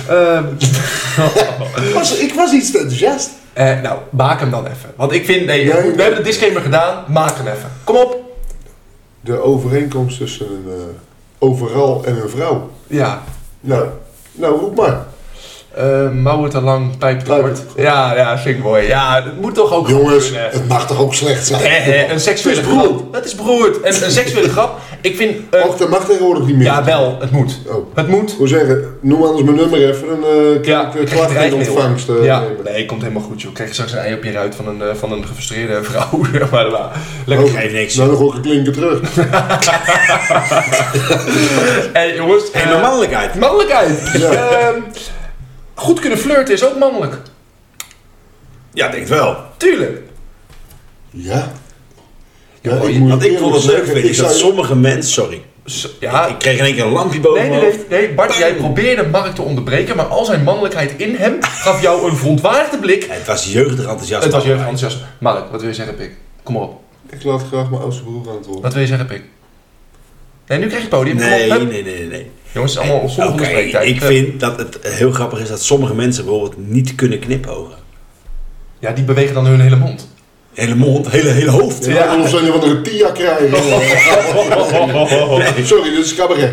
Ik was iets te enthousiast. Nou, maak hem dan even. Want ik vind, nee, Ja, goed, we ja. hebben de disclaimer gedaan, maak hem even. Kom op. De overeenkomst tussen een overal en een vrouw. Ja. Nou, roep maar. Mouwen te lang, pijp te Pijp kort. te kort. Ja, vind ik mooi. Ja, het moet toch ook Jongens, kunnen. het mag toch ook slecht zijn? Een seksuele Het is beroerd. grap. Het is beroerd. En een seksuele grap, ik vind... Och, dat mag tegenwoordig niet meer. ja, wel, het moet. Oh. Het moet. Hoe zeggen, noem anders mijn nummer even, dan Ja, kan ik krijg je klachten in dreigmail. ontvangst Ja, nemen. nee, komt helemaal goed, joh. Krijg je straks een ei op je ruit van een gefrustreerde vrouw. Maar lekker. Oh, Geef niks. nou, dan gooi ik een klinker terug. Hey, jongens. En mijn mannelijkheid. Mannelijkheid. Ja. Goed kunnen flirten is ook mannelijk. Ja, ik denk het wel. Tuurlijk. Ja. Ja, Oh, moet Want ik eerlijk vond het leuk, zeggen, vind ik, dat zou- sommige mensen... Sorry. Ja, Ik kreeg in één keer een lampje boven nee, mijn nee, hoofd. nee, nee. Bart, jij probeerde Mark te onderbreken, maar al zijn mannelijkheid in hem gaf jou een verontwaardigde blik. Het was jeugdig enthousiast. Het was jeugd enthousiasme. Mark, wat wil je zeggen, Pik? Kom maar op. Ik laat graag mijn oudste broer aan het woord. Wat wil je zeggen, Pik? Nee, nu krijg je het podium. Kom Nee, op, hup. nee. Jongens, het is allemaal zonder Oké, spreektijd. ik vind dat het heel grappig is dat sommige mensen bijvoorbeeld niet kunnen knipogen. Ja, die bewegen dan hun hele mond. Hele mond, hele hoofd. Ja, ja. Of zijn je van een tia krijgen. Nee, sorry, dit is cabaret.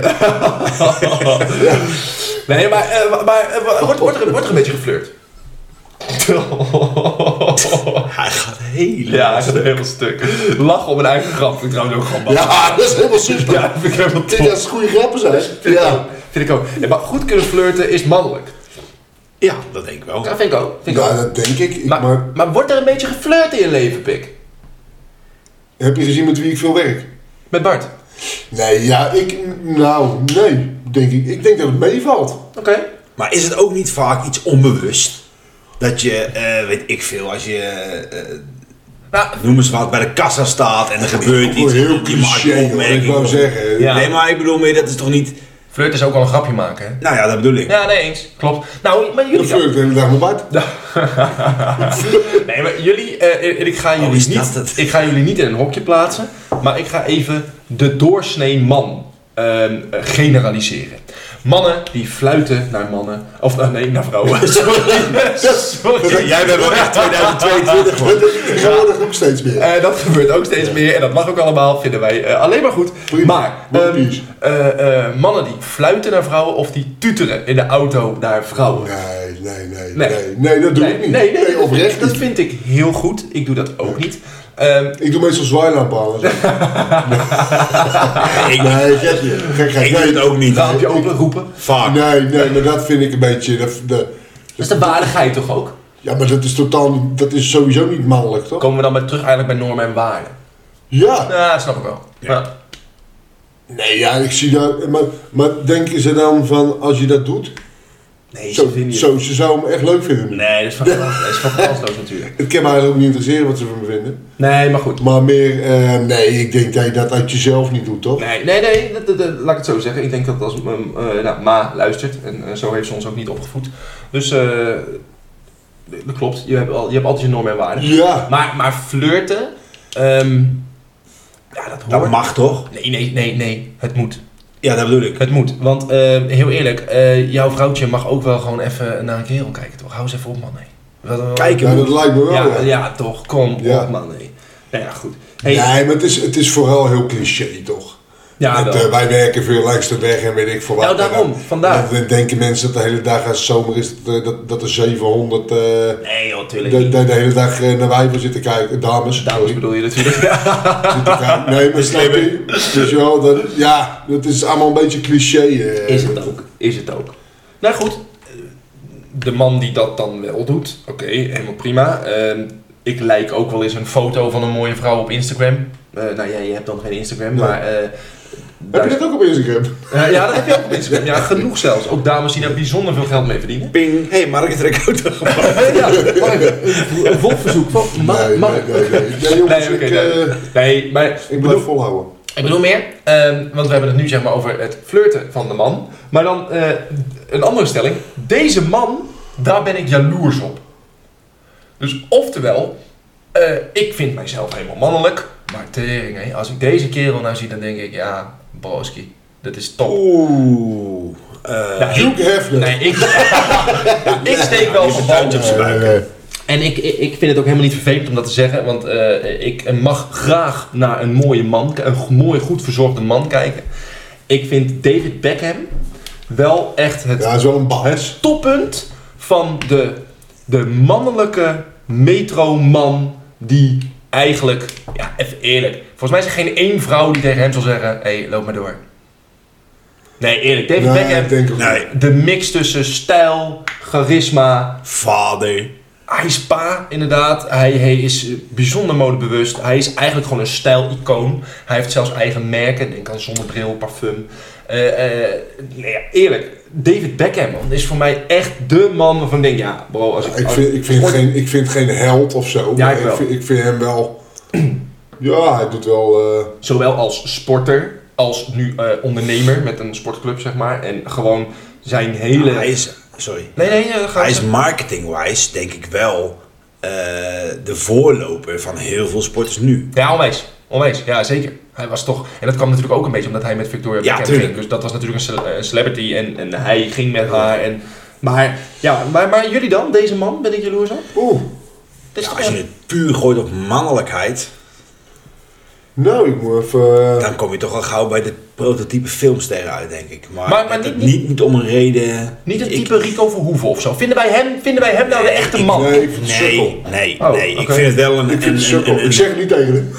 Nee, maar wordt er een beetje geflirt? Hij gaat helemaal Ja, hij gaat helemaal stuk. Lachen op een eigen grap vind ik trouwens ook gewoon Ja, dat is helemaal super. Ja, dat vind ik helemaal Ik denk top. dat het goede grappen zijn. Vind ik ook. Ja, maar goed kunnen flirten is mannelijk. Ja, dat denk ik wel. Dat vind ik ook. Vind ik Ja, ook. dat denk ik. Maar wordt er een beetje geflirt in je leven, Pik? Heb je gezien met wie ik veel werk? Met Bart? Nee, nee, denk ik. Ik denk dat het meevalt. Oké. Maar is het ook niet vaak iets onbewust? Dat je, weet ik veel, als je, Nou, noem eens wat, bij de kassa staat en er gebeurt iets. Heel die maakt cliché, een hoor, ik opmerking. wou zeggen. Ja. Nee, maar ik bedoel meer, dat is toch niet... flirt is ook wel een grapje maken, hè? Nou ja, dat bedoel ik. Ja, nee eens. Klopt. Nou, maar Dan jullie dan? flirt ik de hele dag met Bart. Nee, maar jullie, ik ga jullie, is niet, dat het? ik ga jullie niet in een hokje plaatsen, maar ik ga even de doorsnee man generaliseren. Mannen die fluiten naar mannen, of nee, naar vrouwen. Sorry. Jij bent wel echt 2022 man. Tegenwoordig ook steeds meer. Dat gebeurt ook steeds meer en dat mag ook allemaal, vinden wij alleen maar goed. Prima. Maar One piece. mannen die fluiten naar vrouwen of die tuteren in de auto naar vrouwen. Nee, dat doe ik niet. Nee, oprecht dat niet. vind ik heel goed. Ik doe dat ook niet. Ik doe meestal zwaailampalen. Nee, gek. Ik doe het ook niet. Raampje open roepen. Vaak. Nee, maar dat vind ik een beetje... Dat is de waardigheid toch ook? Ja, maar dat is sowieso niet mannelijk, toch? Komen we dan bij terug eigenlijk bij normen en waarden? Ja. Ja, snap ik wel. Ja. Nee, ja, ik zie dat... Maar denken ze dan van, als je dat doet... Nee, Ze zou hem echt leuk vinden nu. Nee, dat is van kansloos natuurlijk. Het kan me eigenlijk ook niet interesseren wat ze van me vinden. Nee, maar goed. Maar meer, ik denk dat je dat uit jezelf niet doet, toch? Nee, laat ik het zo zeggen. Ik denk dat als Ma luistert, en zo heeft ze ons ook niet opgevoed. Dus, dat klopt. Je hebt altijd je normen en waarden. Ja. Maar flirten, ja, dat hoort. Dat mag toch? Nee. Het moet. Ja, dat bedoel ik. Het moet. Want, heel eerlijk, jouw vrouwtje mag ook wel gewoon even naar een kerel kijken, toch? Hou eens even op, man. Nee. Kijken Ja, moet. dat lijkt me wel. Ja, toch. Kom Ja. op, man. Nee. Nou ja, goed. Hey, Nee, maar het is vooral heel cliché, toch? ja, Met, wel. wij werken veel langs de weg en weet ik veel wat. Nou, daarom. Vandaar. Dan denken mensen dat de hele dag als het zomer is, dat er 700 Nee, joh, tuurlijk niet. de hele dag naar wijven zitten kijken. Dames. Dames bedoel je natuurlijk. Zitten kijken. Nee, maar snap je? Dus wel, dat is allemaal een beetje cliché. Is het ook. Nou goed, de man die dat dan wel doet, oké, helemaal prima. Ik like ook wel eens een foto van een mooie vrouw op Instagram. Nou ja, je hebt dan geen Instagram, Nee. maar... Heb je dat ook op Instagram? ja, dat heb je ook op Instagram. Ja, genoeg zelfs. Ook dames die daar bijzonder veel geld mee verdienen. Ping. Hé, Mark heeft er een auto gemaakt. Ja, wacht even. Een volgverzoek van Nee, Mark. Nee, jongens, Nee, maar ik ik blijf volhouden. bedoel meer, want we hebben het nu zeg maar over het flirten van de man. Maar dan een andere stelling. Deze man, daar ben ik jaloers op. Dus oftewel, ik vind mijzelf helemaal mannelijk. Maar tering, hè. Als ik deze kerel nou zie, dan denk ik, ja, broski, dat is top. Oeh. Nou, Hugh Hefner. Nee, ik steek wel van tandje op zijn buik. En ik vind het ook helemaal niet vervelend om dat te zeggen, want ik mag graag naar een mooie man, een mooi, goed verzorgde man kijken. Ik vind David Beckham wel echt Ja, dat is wel een baas. het toppunt van de mannelijke metroman die eigenlijk, ja, even eerlijk, volgens mij is er geen één vrouw die tegen hem zal zeggen, hé, loop maar door. Nee, eerlijk, David Beckham, ik denk ook Nee. niet. de mix tussen stijl, charisma. Vader. Hij is pa, inderdaad. Hij is bijzonder modebewust. Hij is eigenlijk gewoon een stijlicoon. Hij heeft zelfs eigen merken. Denk aan zonnebril, parfum. Nee, ja, eerlijk. David Beckham, man, is voor mij echt de man waarvan ik denk, ja, bro, als ik... Ik vind geen held of zo. Ja, maar ik wel. ik vind hem wel... Ja, hij doet wel... Zowel als sporter, als nu ondernemer met een sportclub, zeg maar. En gewoon zijn hele... Hij is... Sorry. Nee, ga Hij is marketing-wise, denk ik wel, de voorloper van heel veel sporters nu. Ja, onwijs. Ja, zeker. Hij was toch... En dat kwam natuurlijk ook een beetje omdat hij met Victoria Ja, Beckham tuurlijk. ging. Dus dat was natuurlijk een celebrity en hij ging met haar. Maar jullie dan? Deze man? Ben ik jaloers op? Oeh. Dit is Ja, toch als je wel- het puur gooit op mannelijkheid. Nou, ik moet even... Dan kom je toch al gauw bij de prototype filmsterren uit, denk ik. Maar niet om een reden... Niet het type Rico Verhoeven of zo. Vinden wij hem nou de echte man? Nee, ik vind het sukkel. Nee. Okay. Ik vind het wel Ik vind het sukkel. Ik zeg het niet tegen hem.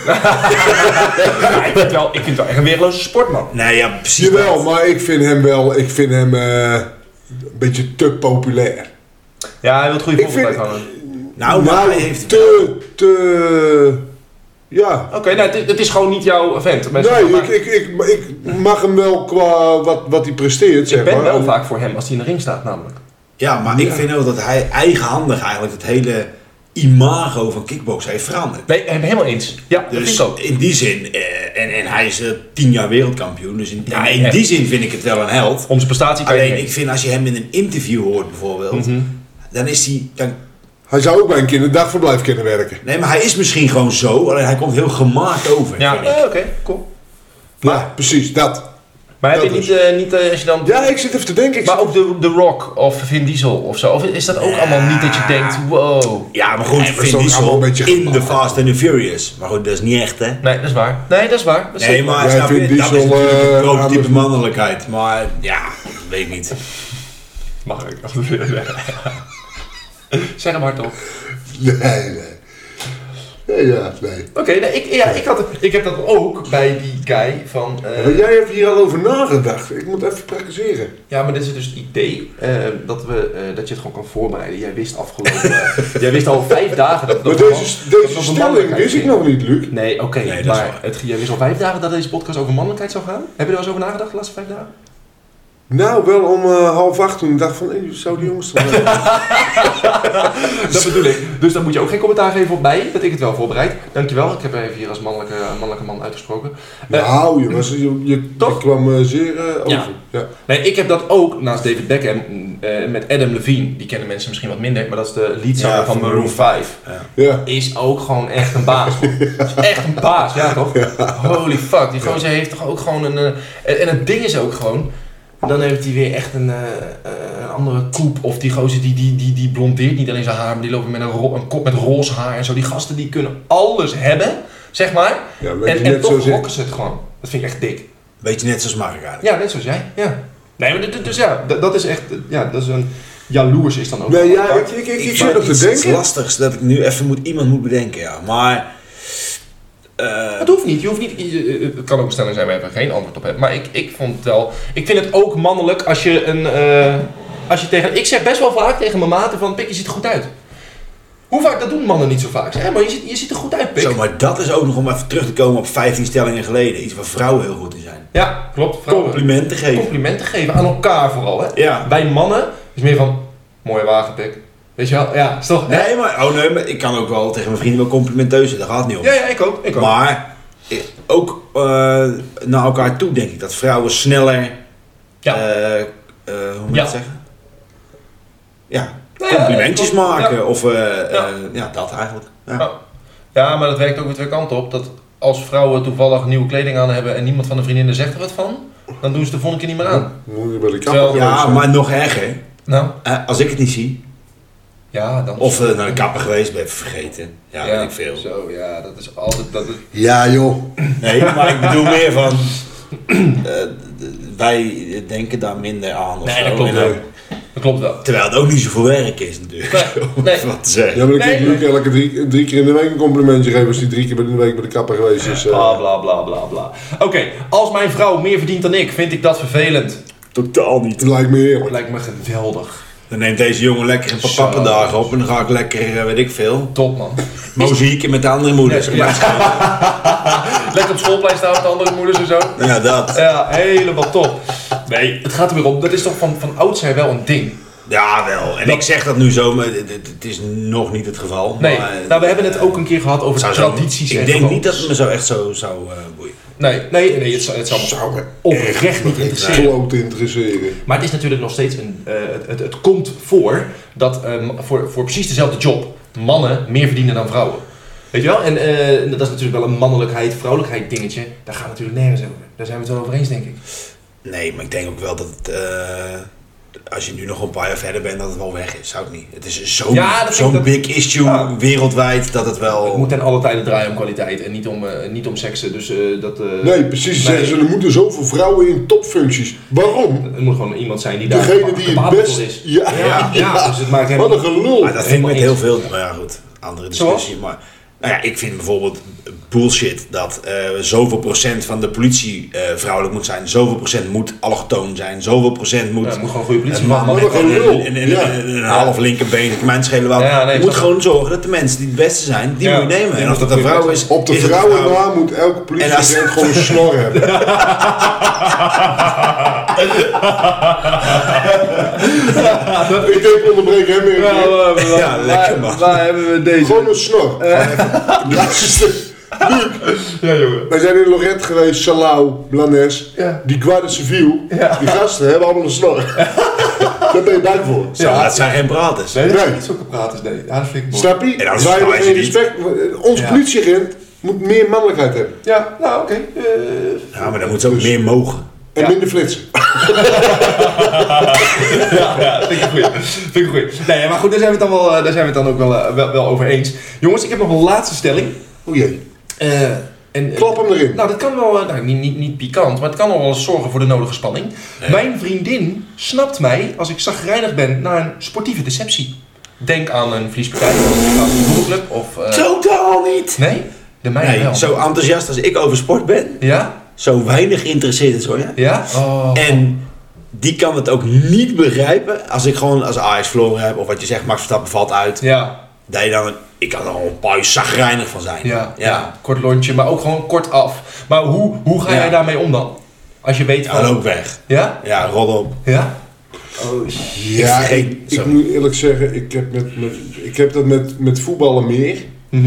Ja, ik vind het wel echt een weerloze sportman. Nee, ja, precies. Jawel, maar ik vind hem een beetje te populair. Ja, hij wil het goede Ik voorbeeld vind- uithangen. Nou, hij heeft... te... Ja. Oké, nou, het is gewoon niet jouw vent. Mensen Nee, maken- ik mag hem wel qua wat hij presteert, zeg ik ben maar. wel vaak voor hem als hij in de ring staat, namelijk. Ja, maar ik vind ook dat hij eigenhandig eigenlijk het hele imago van kickboksen heeft veranderd. Nee, ik ben het helemaal eens. Ja, dat vind Dus ik ook. in die zin, en hij is 10 jaar wereldkampioen, dus in echt. die zin vind ik het wel een held. Om zijn prestatie kan je Alleen, niet ik vind als je hem in een interview hoort bijvoorbeeld, dan is hij... Hij zou ook bij een kinderdagverblijf kunnen werken. Nee, maar hij is misschien gewoon zo, alleen hij komt heel gemaakt over. Ja, vind ik. oké, cool. Ja, precies, dat. Maar heb je Dat niet als je dan... Ja, ik zit even te denken. Maar ook The Rock of Vin Diesel of zo? Of is dat ook allemaal niet dat je denkt, wow. Ja, maar goed, Nee, ik maar vind het is die allemaal zo een beetje in gemaakt. The Fast and the Furious. Maar goed, dat is niet echt, hè? Nee, dat is waar. Nee, dat is waar. Dat is Nee, zeker waar. maar Jij snap je, vindt dat is Diesel, natuurlijk een anders prototype niet. mannelijkheid. Maar ja, weet ik niet. Mag ik als het willen zeggen. Zeg hem hardop. Nee. Nee, ja, nee. Oké, nee, ik heb dat ook bij die guy van... Maar jij hebt hier al over nagedacht. Ik moet even praktiseren. Ja, maar dit is dus het idee dat je het gewoon kan voorbereiden. Jij wist jij wist al 5 dagen dat... Maar deze stelling wist ik nog niet, Luc. Nee, oké, Nee, dat is maar waar. jij wist al 5 dagen dat deze podcast over mannelijkheid zou gaan? Heb je er wel eens over nagedacht de laatste 5 dagen? Nou, wel om 7:30 toen ik dacht van, zou die jongens toch wel... Dat bedoel ik. Dus dan moet je ook geen commentaar geven op mij, dat ik het wel voorbereid. Dankjewel, ik heb even hier als mannelijke man uitgesproken. Nou, je kwam zeer over. Ja. Ja. Nee, ik heb dat ook naast David Beckham met Adam Levine. Die kennen mensen misschien wat minder, maar dat is de leadzanger Ja, van van Maroon 5. Ja. Is ook gewoon echt een baas. Is echt een baas, ja toch? Holy fuck, die gozer heeft toch ook gewoon een... en het ding is ook gewoon... Dan heeft hij weer echt een andere koep. Of die gozer die blondeert niet alleen zijn haar, maar die lopen met een kop met roze haar en zo. Die gasten die kunnen alles hebben, zeg maar. Ja, maar En net toch zoals ik. rocken ze het gewoon. Dat vind ik echt dik. Beetje net zoals Mark eigenlijk. Ja, net zoals jij. Ja. Nee, maar dus ja, dat is echt... Ja, dat is een... Jaloers is dan ook... Nee, wel ja, apart. ik zit nog te denken. Het is lastigs dat ik nu even iemand moet bedenken, ja. Maar... Het hoeft niet. Het kan ook een stelling zijn waar je geen antwoord op hebt. Maar ik vond het wel... Ik vind het ook mannelijk als je een... Ik zeg best wel vaak tegen mijn maten van... Pik, je ziet er goed uit. Hoe vaak, dat doen mannen niet zo vaak. Zeg, maar je ziet er goed uit, Pik. Zo, maar dat is ook nog om even terug te komen op 15 stellingen geleden. Iets waar vrouwen heel goed in zijn. Ja, klopt. Vrouwen. Complimenten geven. Complimenten geven. Aan elkaar vooral, hè. Ja. Bij mannen is meer van... Mooie wagen, Pik. Weet je wel? Ja, is toch... Nee, maar ik kan ook wel tegen mijn vrienden wel complimenteus zijn. Daar gaat het niet om. Ja, ik ook. Maar ook naar elkaar toe denk ik dat vrouwen sneller... Ja. Hoe moet je het zeggen? Ja, Nou ja, complimentjes klopt. maken. Ja. Of Ja. dat eigenlijk. Ja. Ja. Ja, maar dat werkt ook weer twee kanten op. Dat als vrouwen toevallig nieuwe kleding aan hebben en niemand van de vriendinnen zegt er wat van, dan doen ze de volgende keer niet meer aan. Moet je bij de Terwijl- kapper Ja, geweest zijn. maar nog erger. Nou, Als ik het niet zie. ja, dan... Of naar de kapper geweest, ben even vergeten. Ja, weet ik veel. Zo, ja, dat is altijd... Ja, joh. Nee, maar ik bedoel meer van... wij denken daar minder aan. Of Nee, zo. dat klopt En, wel. Dat klopt wel. terwijl het ook niet zoveel werk is natuurlijk. Om Nee. even wat te zeggen. Ja, maar dan Nee, kan je elke drie keer in de week een complimentje geven als die 3 keer in de week bij de kapper geweest is. Bla, bla, bla, bla, bla. Oké, als mijn vrouw meer verdient dan ik, vind ik dat vervelend. Totaal niet. Het lijkt me Dat heerlijk. lijkt me geweldig. Dan neemt deze jongen lekker een paar Zo. pappendagen op en dan ga ik lekker, weet ik veel, Top, man. muziek met de andere moeders. Ja. Lekker op schoolplein staan met de andere moeders en zo. Ja, dat. Ja, helemaal top. Nee, het gaat er weer om. Dat is toch van oudsher wel een ding. Ja, wel. En ik zeg dat nu zo, maar het is nog niet het geval. Nee, maar, nou we hebben het ook een keer gehad over zou zo- tradities en Ik denk gewoontes. niet dat het me zo echt zo zou boeien. Nee, het zou me oprecht niet interesseren. Kloot interesseren. Maar het is natuurlijk nog steeds het komt voor dat voor precies dezelfde job mannen meer verdienen dan vrouwen. Weet je wel? En dat is natuurlijk wel een mannelijkheid-vrouwelijkheid dingetje. Daar gaat natuurlijk nergens over. Daar zijn we het wel over eens, denk ik. Nee, maar ik denk ook wel dat het... als je nu nog een paar jaar verder bent, dat het wel weg is. Zou ik niet. Het is dat zo'n vind ik big issue wereldwijd dat het wel... Het moet ten alle tijde draaien om kwaliteit en niet om seksen. Dus nee, precies. Zeggen ze, er moeten zoveel vrouwen in topfuncties. Waarom? Het moet gewoon iemand zijn die daar Degene die het best is. Ja. Dus het maakt helemaal... Wat een gelul. Maar dat vind ik met heel veel... Maar ja, goed. Andere discussie. Zoals? Maar nou ja, ik vind bijvoorbeeld bullshit dat zoveel procent van de politie vrouwelijk moet zijn. Zoveel procent moet allochtoon zijn. Zoveel procent moet... Ja, moet gewoon goede politie een half linkerbeen. Ik mijn schelen wel. Je moet gewoon zorgen dat de mensen die het beste zijn, die moet je nemen. En of dat een vrouw is... Op de vrouwen na moet elke politieagent gewoon een snor hebben. Ik denk onderbreek hem weer. Ja, lekker man. Waar hebben we deze? Gewoon een snor. Ja, jongen. Wij zijn in Lorette geweest, Salau, Blanes, die Guardia Civil, die gasten hebben allemaal een snor. Daar ben je bang voor. Ja, dat zijn geen praters. Nee, dat zijn niet zulke praters, nee. Ja, dat vind ik mooi. Snap je? En dat is Wij hebben geen niet. respect. Onze politieagent moet meer mannelijkheid hebben. Ja, nou oké. Ja, maar dan moet ze ook meer mogen. En minder flitsen. Ja, vind ik een goeie. Nee, maar goed, daar zijn we het dan ook wel over eens. Jongens, ik heb nog een laatste stelling. O jee. En, Klap hem erin. Nou, dat kan wel, niet pikant, maar het kan wel eens zorgen voor de nodige spanning. Nee. Mijn vriendin snapt mij als ik chagrijnig ben naar een sportieve deceptie. Denk aan een verliespartij of aan een voetbalclub of... Totaal niet! Nee? De mijne wel. Zo enthousiast als ik over sport ben. Ja? Zo weinig geïnteresseerd is hoor. Ja? Oh. En die kan het ook niet begrijpen als Ajax verloren heb of wat je zegt, Max Verstappen valt uit. Ja. Dat je dan, ik kan er al een paar uur chagrijnig van zijn. Ja, kort lontje, maar ook gewoon kort af. Maar hoe ga jij daarmee om dan? Als je weet van... Ja, loop weg. Ja? Ja, rot op. Ja? Oh shit. Ja, ik moet eerlijk zeggen, ik heb dat met voetballen meer.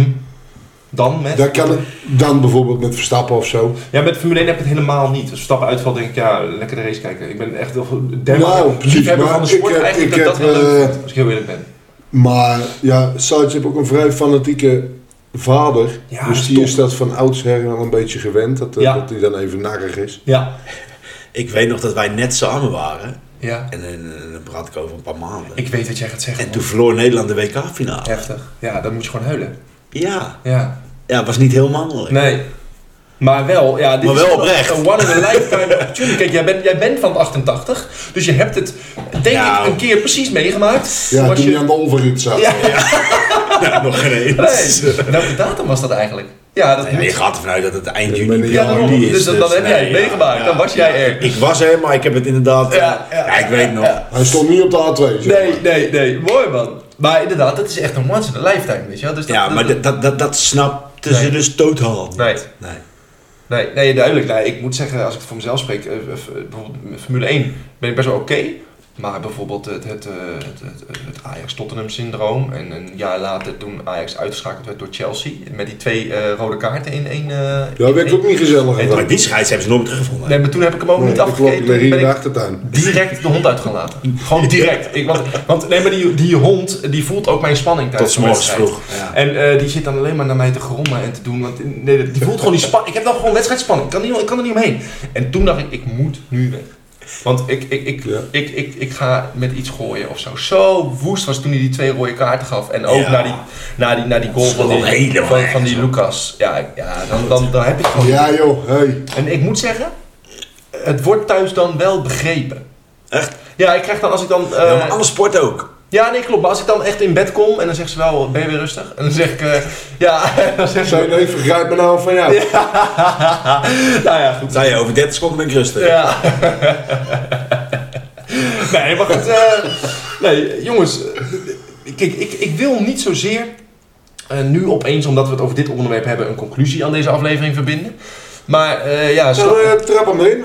Dan met? Daar kan het dan bijvoorbeeld met Verstappen of zo. Ja, met Formule 1 heb ik het helemaal niet. Als Verstappen uitvalt, denk ik, ja, lekker de race kijken. Ik ben echt wel liefhebber van de sport eigenlijk dat heel leuk vind, als ik heel eerlijk ben. Maar ja, Sainz heeft ook een vrij fanatieke vader. Ja, dus die is dat van oudsher wel een beetje gewend. Dat hij dan even narrig is. Ja. Ik weet nog dat wij net samen waren. Ja. En dan praat ik over een paar maanden. Ik weet wat jij gaat zeggen. En toen verloor Nederland de WK-finale. Heftig. Ja, dan moet je gewoon huilen. Ja. Ja. Ja, het was niet heel mannelijk. Nee. Maar wel, ja, dit maar is wel oprecht. Een one in a lifetime opportunity. Kijk, jij bent van 88, dus je hebt het, denk ik, een keer precies meegemaakt. Ja, toen je aan de overrit zat. Ja, nog geen eens. Nee. Welke datum was dat eigenlijk? Ja, dat je gaat ervan uit dat het eind juni is. Dus dan heb jij het meegemaakt, dan was jij er. Ik was er, maar ik heb het inderdaad... ik weet nog. Hij stond niet op de A2. Nee. Mooi man. Maar inderdaad, dat is echt een once in a lifetime, weet je wel. Dus dat snapten ze dus totaal niet. Nee, duidelijk. Nee, ik moet zeggen, als ik het voor mezelf spreek, bijvoorbeeld met Formule 1 ben ik best wel oké. Maar bijvoorbeeld het Ajax-Tottenham-syndroom. En een jaar later toen Ajax uitgeschakeld werd door Chelsea. Met die 2 rode kaarten in één... dat werd ook niet gezellig. Maar die scheids hebben ze nooit teruggevonden. Nee, maar toen heb ik hem ook niet afgekeken. Toen ben ik achtertuin. direct de hond uit gaan laten. Gewoon direct. Want die hond die voelt ook mijn spanning tijdens de wedstrijd. Tot 's morgens vroeg. Ja. En die zit dan alleen maar naar mij te grommen en te doen. Want die voelt gewoon die spanning. Ik heb dan gewoon wedstrijdspanning. Ik kan er niet omheen. En toen dacht ik moet nu weg. Want ik ga met iets gooien of zo. Zo woest was toen hij die 2 rode kaarten gaf. En ook naar die goal van die Lucas. Ja, dan heb ik gewoon... Ja joh, hey. En ik moet zeggen, het wordt thuis dan wel begrepen. Echt? Ja, ik krijg dan als ik dan... maar alle sport ook. Ja, nee, klopt. Maar als ik dan echt in bed kom en dan zegt ze wel, ben je weer rustig? En dan zeg ik, dan zegt ze... Nee, vergrijp me nou van jou. Ja. Nou ja, goed. Zei je, over 30 seconden ben ik rustig. Ja. Nee, maar goed. Nee, jongens. Kijk, ik wil niet zozeer nu opeens, omdat we het over dit onderwerp hebben, een conclusie aan deze aflevering verbinden. Maar ja... Trap hem erin.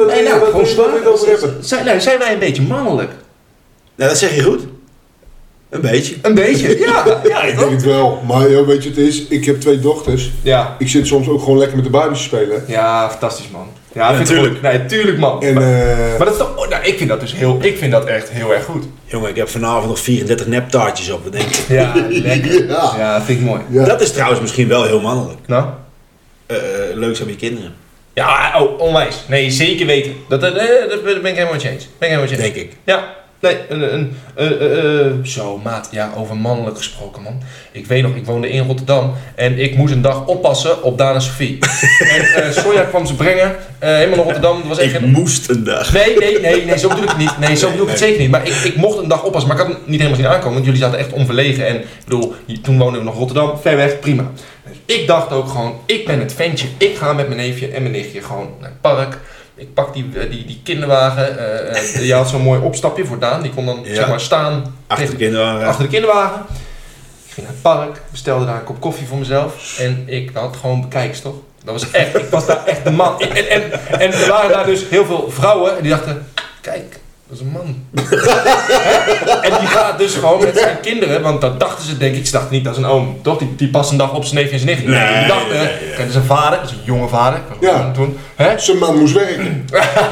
Zijn wij een beetje mannelijk? Nou, dat zeg je goed. Een beetje. Een beetje, ja. Ik denk het wel. Maar joh, weet je het is? Ik heb 2 dochters. Ja. Ik zit soms ook gewoon lekker met de Barbies te spelen. Ja, fantastisch man. Ja, natuurlijk. Nee, tuurlijk man. En, maar dat is toch, ik vind dat dus ik vind dat echt heel erg goed. Jongen, ik heb vanavond nog 34 neptaartjes op, wat denk je? Ja, lekker. Ja, vind ik mooi. Ja. Dat is trouwens misschien wel heel mannelijk. Nou? Leuk zijn met je kinderen. Ja, onwijs. Nee, zeker weten. Dat ben ik helemaal met je eens. Denk ik. Ja, Nee, zo maat, ja, over mannelijk gesproken man. Ik weet nog, ik woonde in Rotterdam en ik moest een dag oppassen op Daan en Sophie. En Sonja kwam ze brengen, helemaal naar Rotterdam. Dat was echt moest een dag. Nee, zo bedoel ik het niet. Nee, zo bedoel ik het zeker niet. Maar ik mocht een dag oppassen, maar ik had het niet helemaal zien aankomen, want jullie zaten echt onverlegen. En ik bedoel, toen woonden we nog Rotterdam, ver weg, prima. Dus ik dacht ook gewoon, ik ben het ventje. Ik ga met mijn neefje en mijn nichtje gewoon naar het park. Ik pak die kinderwagen. Je had zo'n mooi opstapje voor Daan. Die kon dan zeg maar staan achter de kinderwagen. Ik ging naar het park, bestelde daar een kop koffie voor mezelf. En ik had gewoon bekijks, toch? Dat was echt, ik was daar echt de man. En er waren daar dus heel veel vrouwen en die dachten, kijk, dat is een man. En die gaat dus gewoon met zijn kinderen, want dat dachten ze denk ik, ze dachten niet, dat is een oom. Toch? Die past een dag op zijn neefje en zijn nichtje. Nee, die dachten, kijk, dat is een vader, dat is een jonge vader. Ja, toen, zijn man moest werken.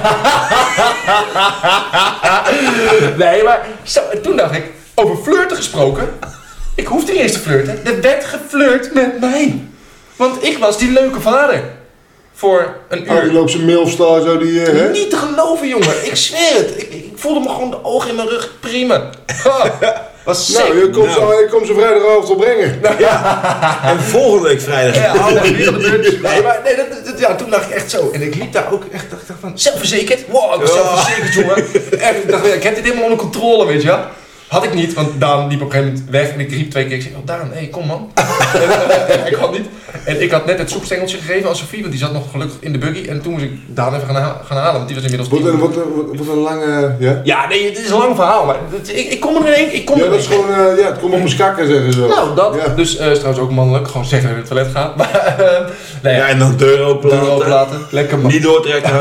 Nee, maar toen dacht ik, over flirten gesproken, ik hoefde niet eens te flirten. Er werd geflirt met mij. Want ik was die leuke vader. Voor een uur. Die loopt zijn milfstar zo die... Niet te geloven, jongen. Ik zweer het. Ik voelde me gewoon de ogen in mijn rug. Prima. Was sick. Nou, je komt ze vrijdagavond opbrengen. En volgende week vrijdag. Ja, alles weer aan de beurt. Nee, maar toen dacht ik echt zo. En ik liep daar ook echt, dacht van, zelfverzekerd. Wow, ik was zelfverzekerd, jongen. Echt, ik dacht, ik heb dit helemaal onder controle, weet je wel. Had ik niet, want Daan liep op een gegeven moment weg en ik riep 2 keer. Ik zei, Daan, hé, kom man. Hij kwam niet. En ik had net het soepstengeltje gegeven aan Sophie, want die zat nog gelukkig in de buggy. En toen moest ik Daan even gaan halen, want die was inmiddels... Wat een lange... Ja? Ja, nee, het is een lang verhaal, maar ik kom er in één. Dat is gewoon, het komt op mijn skakken zeggen zo. Nou, dat. Ja. Dus is trouwens ook mannelijk, gewoon zeggen dat je naar het toilet gaat. Maar, nee, ja, en dan deur openlaten. Lekker man. Niet doortrekken.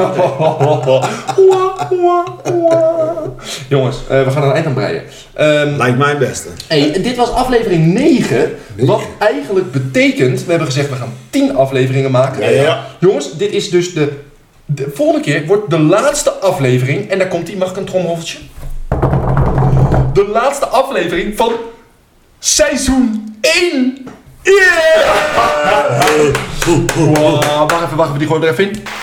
Jongens, we gaan aan het eind aan breien. Lijkt mij het beste. Hey, dit was aflevering 9. Wat eigenlijk betekent, we hebben gezegd we gaan 10 afleveringen maken. Ja. Jongens, dit is dus de volgende keer wordt de laatste aflevering. En daar komt die, mag ik een trommelroffeltje? De laatste aflevering van seizoen 1. Yeah! Wow, wacht even, die gooien we er even in.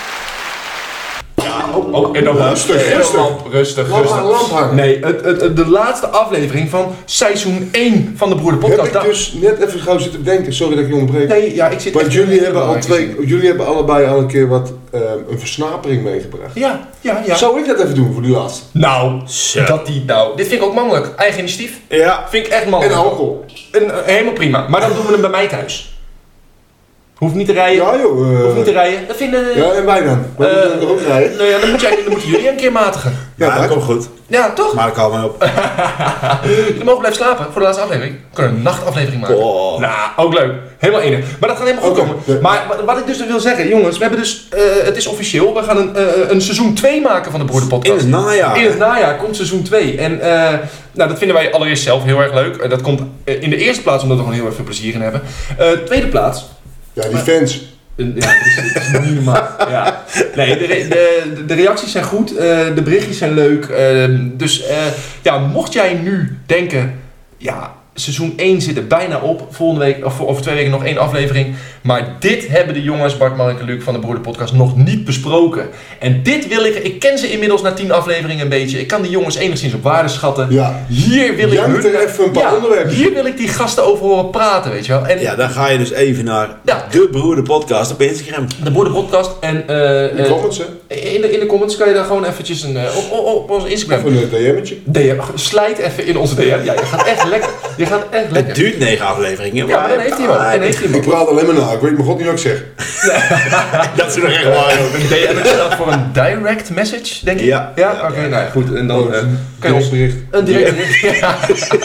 En dan rustig. Lamp hangen. Nee, de laatste aflevering van seizoen 1 van de Broeder Podcast. Heb ik dus net even gauw zitten bedenken. Sorry dat ik je onderbreek. Nee, ja, ik zit... Want jullie hebben allebei al een keer een versnapering meegebracht. Ja. Zou ik dat even doen voor die laatste? Nou, dit vind ik ook mannelijk. Eigen initiatief. Ja. Vind ik echt mannelijk. En alcohol. Helemaal prima. Maar dan doen we hem bij mij thuis. Hoeft niet te rijden. Ja joh. Hoeft niet te rijden. Dat vinden... Ja, en wij dan? Maar moeten we er ook rijden? Nou ja, dan moeten jullie een keer matigen. Ja, dat komt goed. Ja, toch? Maar ik hou me op. Jullie mogen blijven slapen voor de laatste aflevering. We kunnen een nachtaflevering maken. Oh. Nou, ook leuk. Helemaal enig. Maar dat gaat helemaal goed komen. Ja. Maar wat ik dus wil zeggen, jongens, we hebben dus, het is officieel, we gaan een seizoen 2 maken van de Broeder Podcast. In het najaar. In het najaar komt seizoen 2. En dat vinden wij allereerst zelf heel erg leuk. Dat komt in de eerste plaats omdat we gewoon heel erg veel plezier in hebben. Tweede plaats. Ja, die fans. Ja, het is niet normaal. Ja. Nee, de reacties zijn goed, de berichtjes zijn leuk. Dus mocht jij nu denken, ja, seizoen 1 zit er bijna op. Volgende week, of over 2 weken nog 1 aflevering. Maar dit hebben de jongens, Bart, Mark en Luc van de Broeder Podcast nog niet besproken. En dit wil ik ken ze inmiddels na 10 afleveringen een beetje. Ik kan die jongens enigszins op waarde schatten. Ja. Hier wil ik even een paar onderwerpen. Hier wil ik die gasten over horen praten, weet je wel. En, ja, dan ga je dus even naar de Broeder Podcast op Instagram. De Broeder Podcast en... in de comments, hè? In de comments kan je daar gewoon eventjes op onze Instagram... Of een DM'tje. Slijt even in onze DM. Ja, je gaat echt lekker. Het duurt 9 afleveringen. Ja, maar dan heeft hij hem ook. Ik praat alleen maar na. Ik weet nog god niet wat ik zeg. Dat is nog echt waar. Een DM staat voor een direct message, denk ik. Ja. Oké, nou ja, goed. En dan kan je ons... bericht. Een direct bericht. Ja.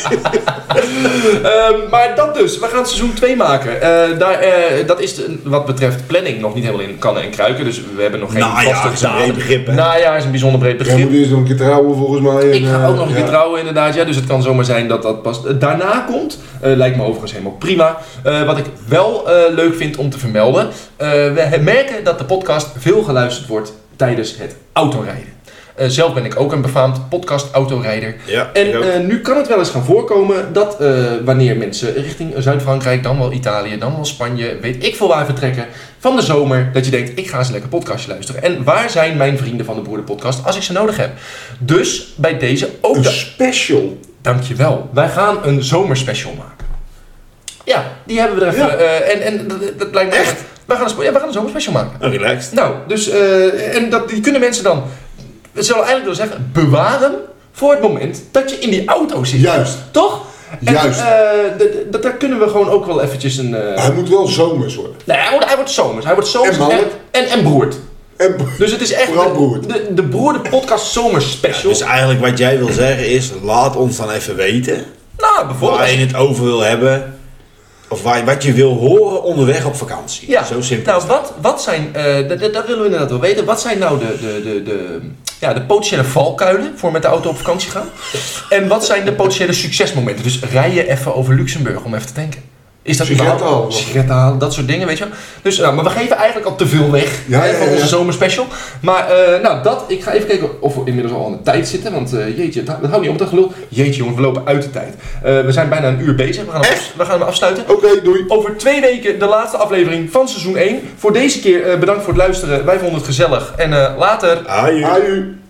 Maar dat dus. We gaan seizoen 2 maken. Dat is wat betreft planning nog niet helemaal in kannen en kruiken. Dus we hebben nog geen vaste datum. Najaar is een bijzonder breed begrip. Jij moet eerst nog een keer trouwen volgens mij. Ik ga ook nog een keer trouwen inderdaad. Ja, dus het kan zomaar zijn dat dat pas daarna komt. Lijkt me overigens helemaal prima. Wat ik wel leuk vind om te vermelden. We merken dat de podcast veel geluisterd wordt tijdens het autorijden. Zelf ben ik ook een befaamd podcast-autorijder. Ja, En nu kan het wel eens gaan voorkomen dat wanneer mensen richting Zuid-Frankrijk, dan wel Italië, dan wel Spanje, weet ik veel waar vertrekken, van de zomer, dat je denkt, ik ga eens een lekker podcastje luisteren. En waar zijn mijn vrienden van de Broeder Podcast als ik ze nodig heb? Dus bij deze ook... Een special. Dankjewel. Wij gaan een zomerspecial maken. Ja, die hebben we er even. Ja. En dat lijkt me echt. We gaan een zomerspecial maken. Relaxed. Nou, dus die kunnen mensen dan, we zullen eigenlijk willen zeggen, bewaren voor het moment dat je in die auto zit. Juist. Toch? Juist. En daar kunnen we gewoon ook wel eventjes een... Hij moet wel zomers worden. Nee, hij wordt zomers. Hij wordt zomers En mannelijk. en broert. En Dus het is echt vooral broert. de Broeder Podcast Zomerspecial. Dus eigenlijk wat jij wil zeggen is, laat ons dan even weten Nou, bijvoorbeeld. waar je het over wil hebben. Of wat je wil horen onderweg op vakantie. Ja, Zo simpel. nou wat zijn, dat willen we inderdaad wel weten. Wat zijn nou de potentiële valkuilen voor met de auto op vakantie gaan? En wat zijn de potentiële succesmomenten? Dus rij je even over Luxemburg om even te tanken. Is dat Sigaretten halen. sigaretten halen, dat soort dingen, weet je wel. Dus, maar we geven eigenlijk al te veel weg van onze zomerspecial. Maar ik ga even kijken of we inmiddels al aan de tijd zitten. Want jeetje, dat houdt niet op dat gelul. Jeetje jongens, we lopen uit de tijd. We zijn bijna een uur bezig. We gaan hem afsluiten. Oké, doei. Over 2 weken de laatste aflevering van seizoen 1. Voor deze keer bedankt voor het luisteren. Wij vonden het gezellig. En later. Aju. Aju.